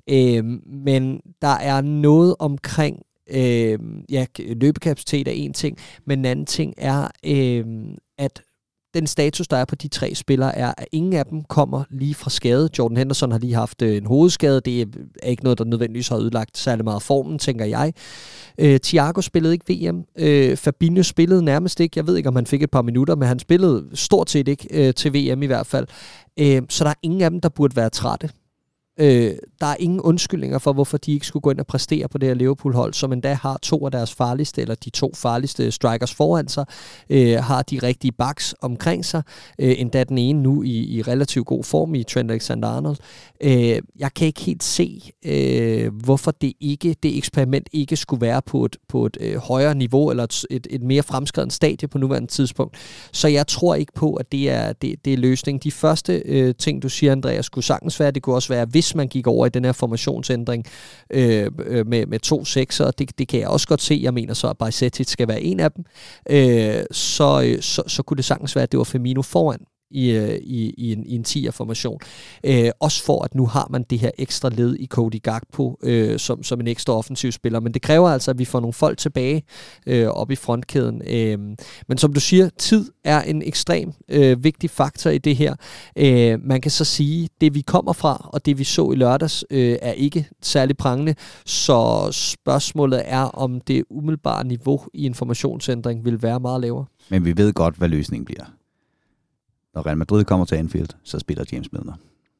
Men der er noget omkring løbekapacitet er en ting, men en anden ting er, at den status, der er på de 3 spillere, er, at ingen af dem kommer lige fra skade. Jordan Henderson har lige haft en hovedskade. Det er ikke noget, der nødvendigvis har ødelagt særlig meget formen, tænker jeg. Thiago spillede ikke VM. Fabinho spillede nærmest ikke. Jeg ved ikke, om han fik et par minutter, men han spillede stort set ikke til VM i hvert fald. Så der er ingen af dem, der burde være trætte. Der er ingen undskyldninger for, hvorfor de ikke skulle gå ind og præstere på det her Liverpool-hold, som endda har 2 af deres farligste, eller de 2 farligste strikers foran sig, har de rigtige backs omkring sig, endda den ene nu i relativt god form i Trent Alexander-Arnold. Jeg kan ikke helt se, hvorfor det eksperiment ikke skulle være på et højere niveau, eller et mere fremskredent stadie på nuværende tidspunkt. Så jeg tror ikke på, at det er løsningen. De første ting, du siger, Andreas, skulle sagtens være, det kunne også være, hvis man gik over i den her formationsændring med 2 sekser, det kan jeg også godt se. Jeg mener så, at Bajcetic skal være en af dem. Så kunne det sagtens være, at det var Firmino foran i en 10'er-formation. Også for, at nu har man det her ekstra led i Cody Gakpo som en ekstra offensiv spiller. Men det kræver altså, at vi får nogle folk tilbage op i frontkæden. Men som du siger, tid er en ekstrem vigtig faktor i det her. Man kan så sige, det vi kommer fra, og det vi så i lørdags, er ikke særlig prangende. Så spørgsmålet er, om det umiddelbare niveau i informationsændring vil være meget lavere. Men vi ved godt, hvad løsningen bliver. Når Real Madrid kommer til Anfield, så spiller James Milner.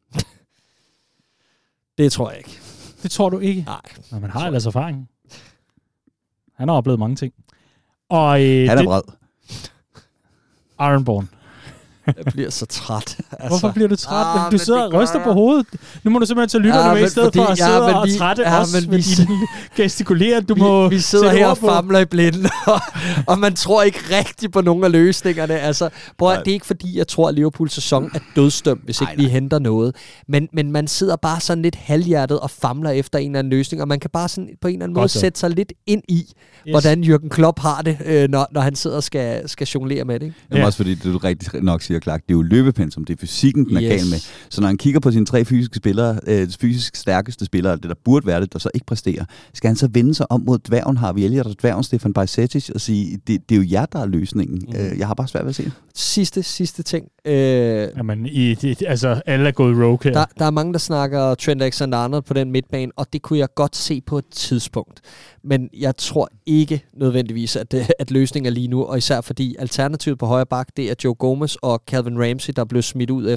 Det tror jeg ikke. Det tror du ikke? Nej. Men man har ellers erfaring. Han har oplevet mange ting. Og, han er vred. Ironborn. Jeg bliver så træt. Altså. Hvorfor bliver du træt? Du sidder og ryster på hovedet. Nu må du simpelthen tage lytterne med, i stedet for at sidde og trætte os med dine gestikulere. Vi sidder her og famler i blinden, og man tror ikke rigtigt på nogen af løsningerne. Altså, det er ikke fordi, jeg tror, at Liverpools sæson er dødsdømt, hvis ikke vi henter noget. Men man sidder bare sådan lidt halvhjertet og famler efter en eller anden løsning, og man kan bare sådan på en eller anden måde sætte sig lidt ind i, hvordan Jürgen Klopp har det, når han sidder og skal jonglere med det. Ikke? Ja. Også fordi du rigtig nok siger, siger, Clark, det er jo løbepensum, det er fysikken, den er gal med. Så når han kigger på sine 3 fysiske spillere, fysisk stærkeste spillere, det der burde være det, der så ikke præsterer, skal han så vende sig om mod dværgen Harvey Elliott og dværgen Stefan Bajcetic og sige, det er jo jer, der er løsningen. Jeg har bare svært ved at se det. Sidste ting. Jamen, altså, alle er gået rogue her. Der er mange, der snakker Trent Alexander-Arnold på den midtbane, og det kunne jeg godt se på et tidspunkt. Men jeg tror ikke nødvendigvis, at løsningen er lige nu, og især fordi alternativet på højre bak, det er Joe Gomez og Calvin Ramsey, der blev smidt ud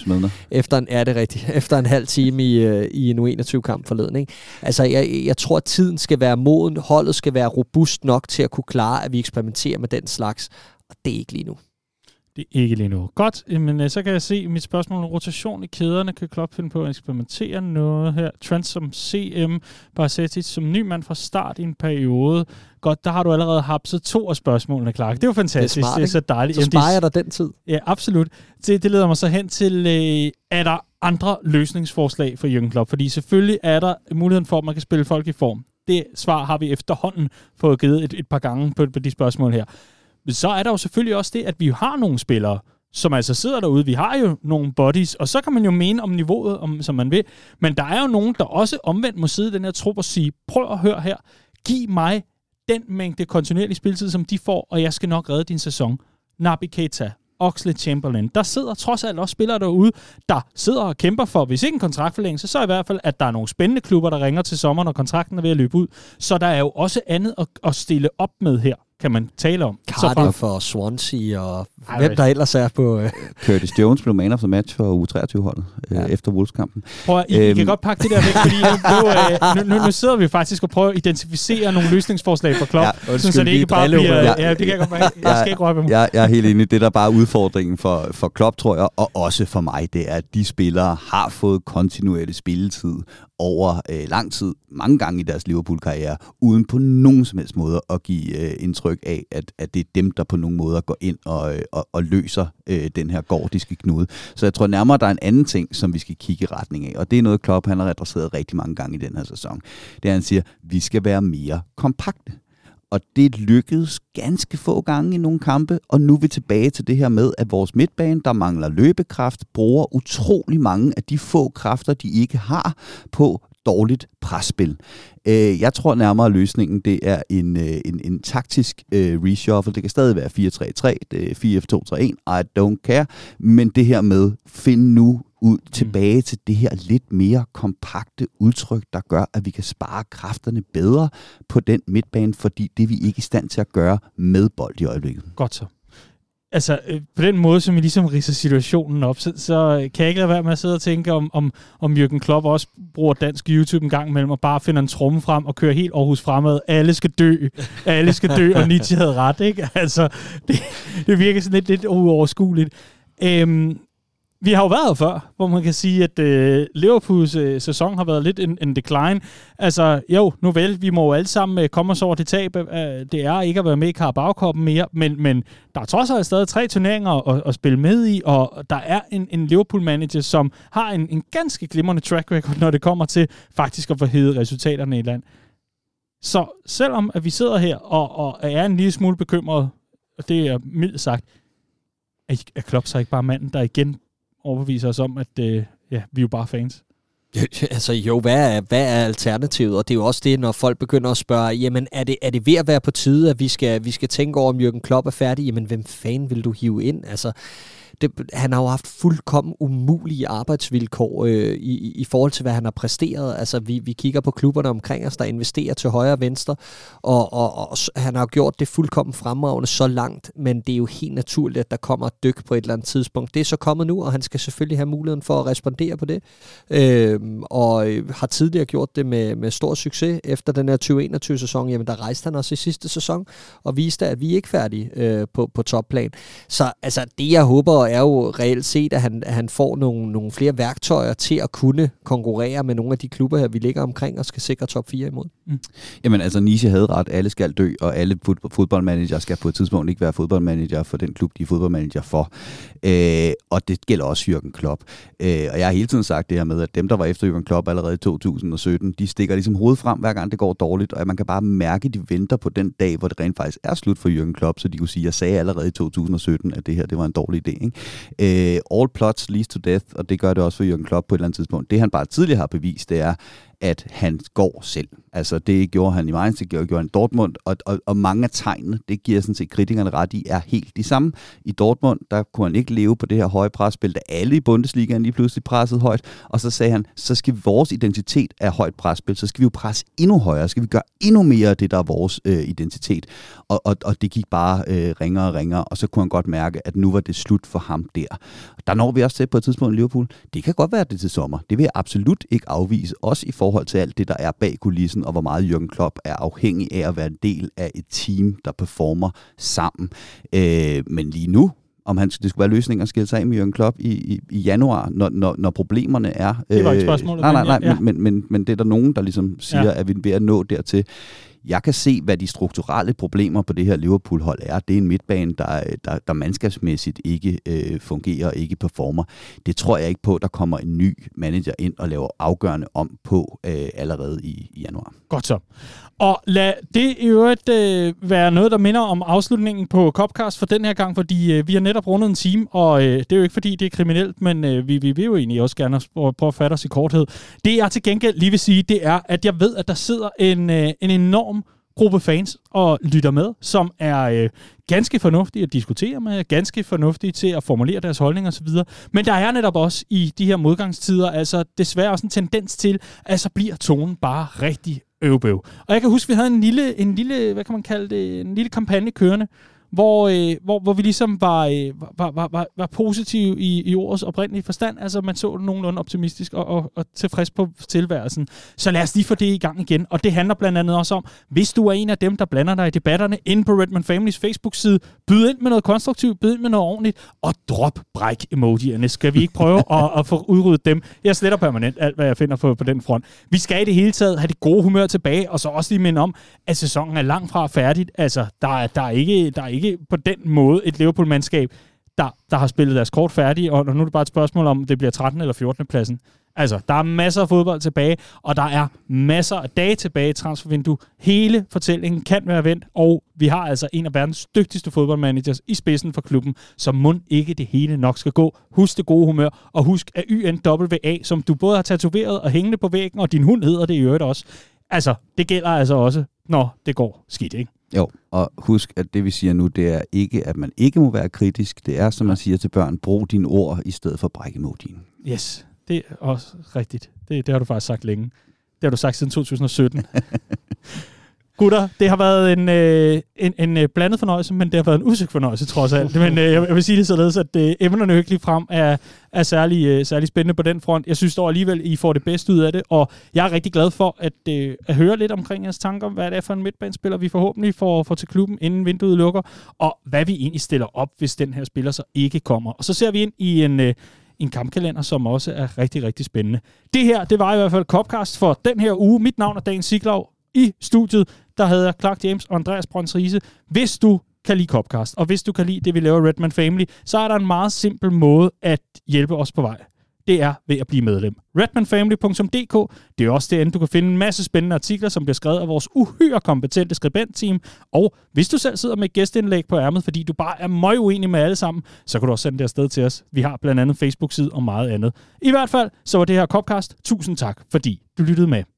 efter en halv time i en U21-kamp forleden. Ikke? Altså, jeg tror, at tiden skal være moden, holdet skal være robust nok til at kunne klare, at vi eksperimenterer med den slags, og det er ikke lige nu. Det er ikke lige nu. Godt, men så kan jeg se mit spørgsmål om rotation i kæderne. Kan Klopp finde på at eksperimentere noget her? Trent som CM, Bajcetic som ny mand fra start i en periode. Godt, der har du allerede hapset 2 af spørgsmålene, Clark. Det er jo fantastisk. Det er smart, det er så dejligt. Så sparer jeg dig den tid. Ja, absolut. Det leder mig så hen til, er der andre løsningsforslag for Jürgen Klopp? Fordi selvfølgelig er der muligheden for, at man kan spille folk i form. Det svar har vi efterhånden fået givet et par gange på de spørgsmål her. Men så er der jo selvfølgelig også det, at vi har nogle spillere, som altså sidder derude. Vi har jo nogle bodies, og så kan man jo mene om niveauet, som man vil. Men der er jo nogen, der også omvendt må sidde i den her trup og sige, prøv at høre her, giv mig den mængde kontinuerlig spilletid, som de får, og jeg skal nok redde din sæson. Naby Keita, Oxlade-Chamberlain. Der sidder trods alt også spillere derude, der sidder og kæmper for, hvis ikke en kontraktforlængelse, så i hvert fald, at der er nogle spændende klubber, der ringer til sommer, når kontrakten er ved at løbe ud. Så der er jo også andet at stille op med her, kan man tale om. Cardiff og Swansea og hvem der ellers er på... Curtis Jones blev man of the match for U23-holdet efter Wolves-kampen. Prøv at, I kan godt pakke det der væk, fordi nu sidder vi faktisk og prøver at identificere nogle løsningsforslag for Klopp, så det ikke bare bliver... Ja, det kan jeg godt pakke. Jeg skal ikke røbe dem. Jeg er helt enig. Det der bare udfordringen for Klopp, tror jeg, og også for mig, det er, at de spillere har fået kontinuerlig spilletid over lang tid, mange gange i deres Liverpool-karriere, uden på nogen som helst måde at give indtryk af, at det er dem, der på nogen måder går ind og løser den her gordiske knude. Så jeg tror nærmere, der er en anden ting, som vi skal kigge i retning af, og det er noget, Klopp han har adresseret rigtig mange gange i den her sæson. Det er, han siger, vi skal være mere kompakte. Og det lykkedes ganske få gange i nogle kampe, og nu er vi tilbage til det her med, at vores midtbane, der mangler løbekraft, bruger utrolig mange af de få kræfter, de ikke har på dårligt presspil. Jeg tror nærmere, at løsningen det er en taktisk reshuffle. Det kan stadig være 4-3-3, det er 4-2-3-1, I don't care, men det her med, find nu ud tilbage til det her lidt mere kompakte udtryk, der gør, at vi kan spare kræfterne bedre på den midtbane, fordi det er vi ikke i stand til at gøre med bold i øjeblikket. Godt så. Altså, på den måde, som vi ligesom ridser situationen op, så kan jeg ikke lade være med at sidde og tænke, om Jürgen Klopp også bruger dansk YouTube en gang imellem, og bare finder en tromme frem og kører helt Aarhus fremad. Alle skal dø, og Nietzsche havde ret, ikke? Altså, det virker sådan lidt uoverskueligt. Vi har jo været her før, hvor man kan sige, at Liverpools sæson har været lidt en decline. Altså, jo, nu vel, vi må jo alle sammen komme os over det tab. Det er ikke at være med i Carabao-koppen mere, men der er trods alt stadig 3 turneringer at spille med i, og der er en Liverpool-manager, som har en ganske glimrende track record, når det kommer til faktisk at få hævet resultaterne i land. Så selvom at vi sidder her og er en lille smule bekymret, og det er mildt sagt, er Klopp så ikke bare manden, der igen overbeviser os om, at vi er jo bare fans? Altså jo, hvad er alternativet? Og det er jo også det, når folk begynder at spørge, jamen er det ved at være på tide, at vi skal tænke over, om Jürgen Klopp er færdig? Jamen hvem fanden vil du hive ind? Altså, han har jo haft fuldkommen umulige arbejdsvilkår i forhold til, hvad han har præsteret. Altså, vi kigger på klubberne omkring os, der investerer til højre og venstre, og han har gjort det fuldkommen fremragende så langt, men det er jo helt naturligt, at der kommer et dyk på et eller andet tidspunkt. Det er så kommet nu, og han skal selvfølgelig have muligheden for at respondere på det, og har tidligere gjort det med stor succes. Efter den her 2021-sæson, jamen der rejste han også i sidste sæson, og viste, at vi ikke er færdige på topplan. Så altså, det jeg håber er jo reelt set, at han får nogle flere værktøjer til at kunne konkurrere med nogle af de klubber her, vi ligger omkring og skal sikre top 4 imod. Jamen altså, Nietzsche havde ret. Alle skal dø, og alle fodboldmanager skal på et tidspunkt ikke være fodboldmanager for den klub, de er fodboldmanager for. Og det gælder også Jürgen Klopp. Og jeg har hele tiden sagt det her med, at dem, der var efter Jürgen Klopp allerede i 2017, de stikker ligesom hovedet frem, hver gang det går dårligt, og man kan bare mærke, at de venter på den dag, hvor det rent faktisk er slut for Jürgen Klopp, så de kunne sige, at jeg sagde allerede i 2017, at det her det var en dårlig idé. Ikke? All plots leads to death, og det gør det også for Jürgen Klopp på et eller andet tidspunkt. Det han bare tidligere har bevist, det er, at han går selv. Altså det gjorde han i Mainz, det gjorde han i Dortmund, og mange af tegnene, det giver sådan set kritikerne ret i, er helt de samme. I Dortmund, der kunne han ikke leve på det her høje presspil, da alle i Bundesligaen lige pludselig pressede højt, og så sagde han, så skal vores identitet af højt presspil, så skal vi jo presse endnu højere, skal vi gøre endnu mere af det, der er vores identitet. Og det gik bare ringere og ringere, og så kunne han godt mærke, at nu var det slut for ham der. Der når vi også til på et tidspunkt i Liverpool. Det kan godt være det til sommer. Det vil jeg absolut ikke afvise, også i forhold til alt det, der er bag kulissen, og hvor meget Jürgen Klopp er afhængig af at være en del af et team, der performer sammen. Men lige nu, om det skulle være løsningen at skille sig af med Jürgen Klopp i januar, når problemerne er... Det var ikke spørgsmålet. Nej, men det er der nogen, der ligesom siger, at vi er ved at nå dertil. Jeg kan se, hvad de strukturelle problemer på det her Liverpool-hold er. Det er en midtbane, der mandskabsmæssigt ikke fungerer og ikke performer. Det tror jeg ikke på, der kommer en ny manager ind og laver afgørende om på allerede i januar. Godt så. Og lad det i øvrigt være noget, der minder om afslutningen på Copcast for den her gang, fordi vi har netop rundet en time, og det er jo ikke fordi, det er kriminelt, men vi vil jo egentlig også gerne prøve at fatte os i korthed. Det jeg til gengæld lige vil sige, det er, at jeg ved, at der sidder en enorm gruppe fans og lytter med, som er ganske fornuftige at diskutere med, ganske fornuftige til at formulere deres holdninger osv. Men der er netop også i de her modgangstider altså desværre også en tendens til, at så bliver tonen bare rigtig øvbøv. Og jeg kan huske, vi havde en lille, hvad kan man kalde det, en lille kampagne kørende, hvor vi ligesom var positive i ordets oprindelige forstand. Altså man så nogenlunde optimistisk og tilfreds på tilværelsen. Så lad os lige få det i gang igen. Og det handler blandt andet også om, hvis du er en af dem, der blander dig i debatterne inde på Redman Families Facebook-side, byd ind med noget konstruktivt, byd ind med noget ordentligt, og drop bræk-emojierne. Skal vi ikke prøve at få udryddet dem? Jeg sletter permanent alt, hvad jeg finder på den front. Vi skal i det hele taget have det gode humør tilbage, og så også lige minde om, at sæsonen er langt fra færdigt. Altså, der er ikke på den måde et Liverpool-mandskab, der har spillet deres kort færdige, og nu er det bare et spørgsmål om, det bliver 13. eller 14. pladsen. Altså, der er masser af fodbold tilbage, og der er masser af dage tilbage i transfervindue. Hele fortællingen kan være vendt, og vi har altså en af verdens dygtigste fodboldmanagers i spidsen for klubben, så mon ikke det hele nok skal gå. Husk det gode humør, og husk at YNWA, som du både har tatoveret og hængende på væggen, og din hund hedder det i øvrigt også. Altså, det gælder altså også, når det går skidt, ikke? Jo, og husk, at det vi siger nu, det er ikke, at man ikke må være kritisk. Det er, som man siger til børn, brug dine ord i stedet for bræk-emojien. Yes, det er også rigtigt. Det har du faktisk sagt længe. Det har du sagt siden 2017. Gutter, det har været en blandet fornøjelse, men det har været en udsøgt fornøjelse trods alt. Men jeg vil sige det således, at emnerne jo ikke lige frem er særlig spændende på den front. Jeg synes dog alligevel, I får det bedste ud af det, og jeg er rigtig glad for at høre lidt omkring jeres tanker om, hvad det er for en midtbanespiller, vi forhåbentlig får til klubben, inden vinduet lukker, og hvad vi egentlig stiller op, hvis den her spiller så ikke kommer. Og så ser vi ind i en kampkalender, som også er rigtig, rigtig spændende. Det her, det var i hvert fald Copcast for den her uge. Mit navn er Dan Siglau. I studiet, der hedder Clark James og Andreas Brøns Riise. Hvis du kan lide Copcast, og hvis du kan lide det, vi laver i Redman Family, så er der en meget simpel måde at hjælpe os på vej. Det er ved at blive medlem. redmanfamily.dk. Det er også derinde, du kan finde en masse spændende artikler, som bliver skrevet af vores uhyre kompetente skribentteam. Og hvis du selv sidder med et gæsteindlæg på ærmet, fordi du bare er meget uenig med alle sammen, så kan du også sende det afsted til os. Vi har blandt andet Facebook-side og meget andet. I hvert fald, så var det her Copcast. Tusind tak, fordi du lyttede med.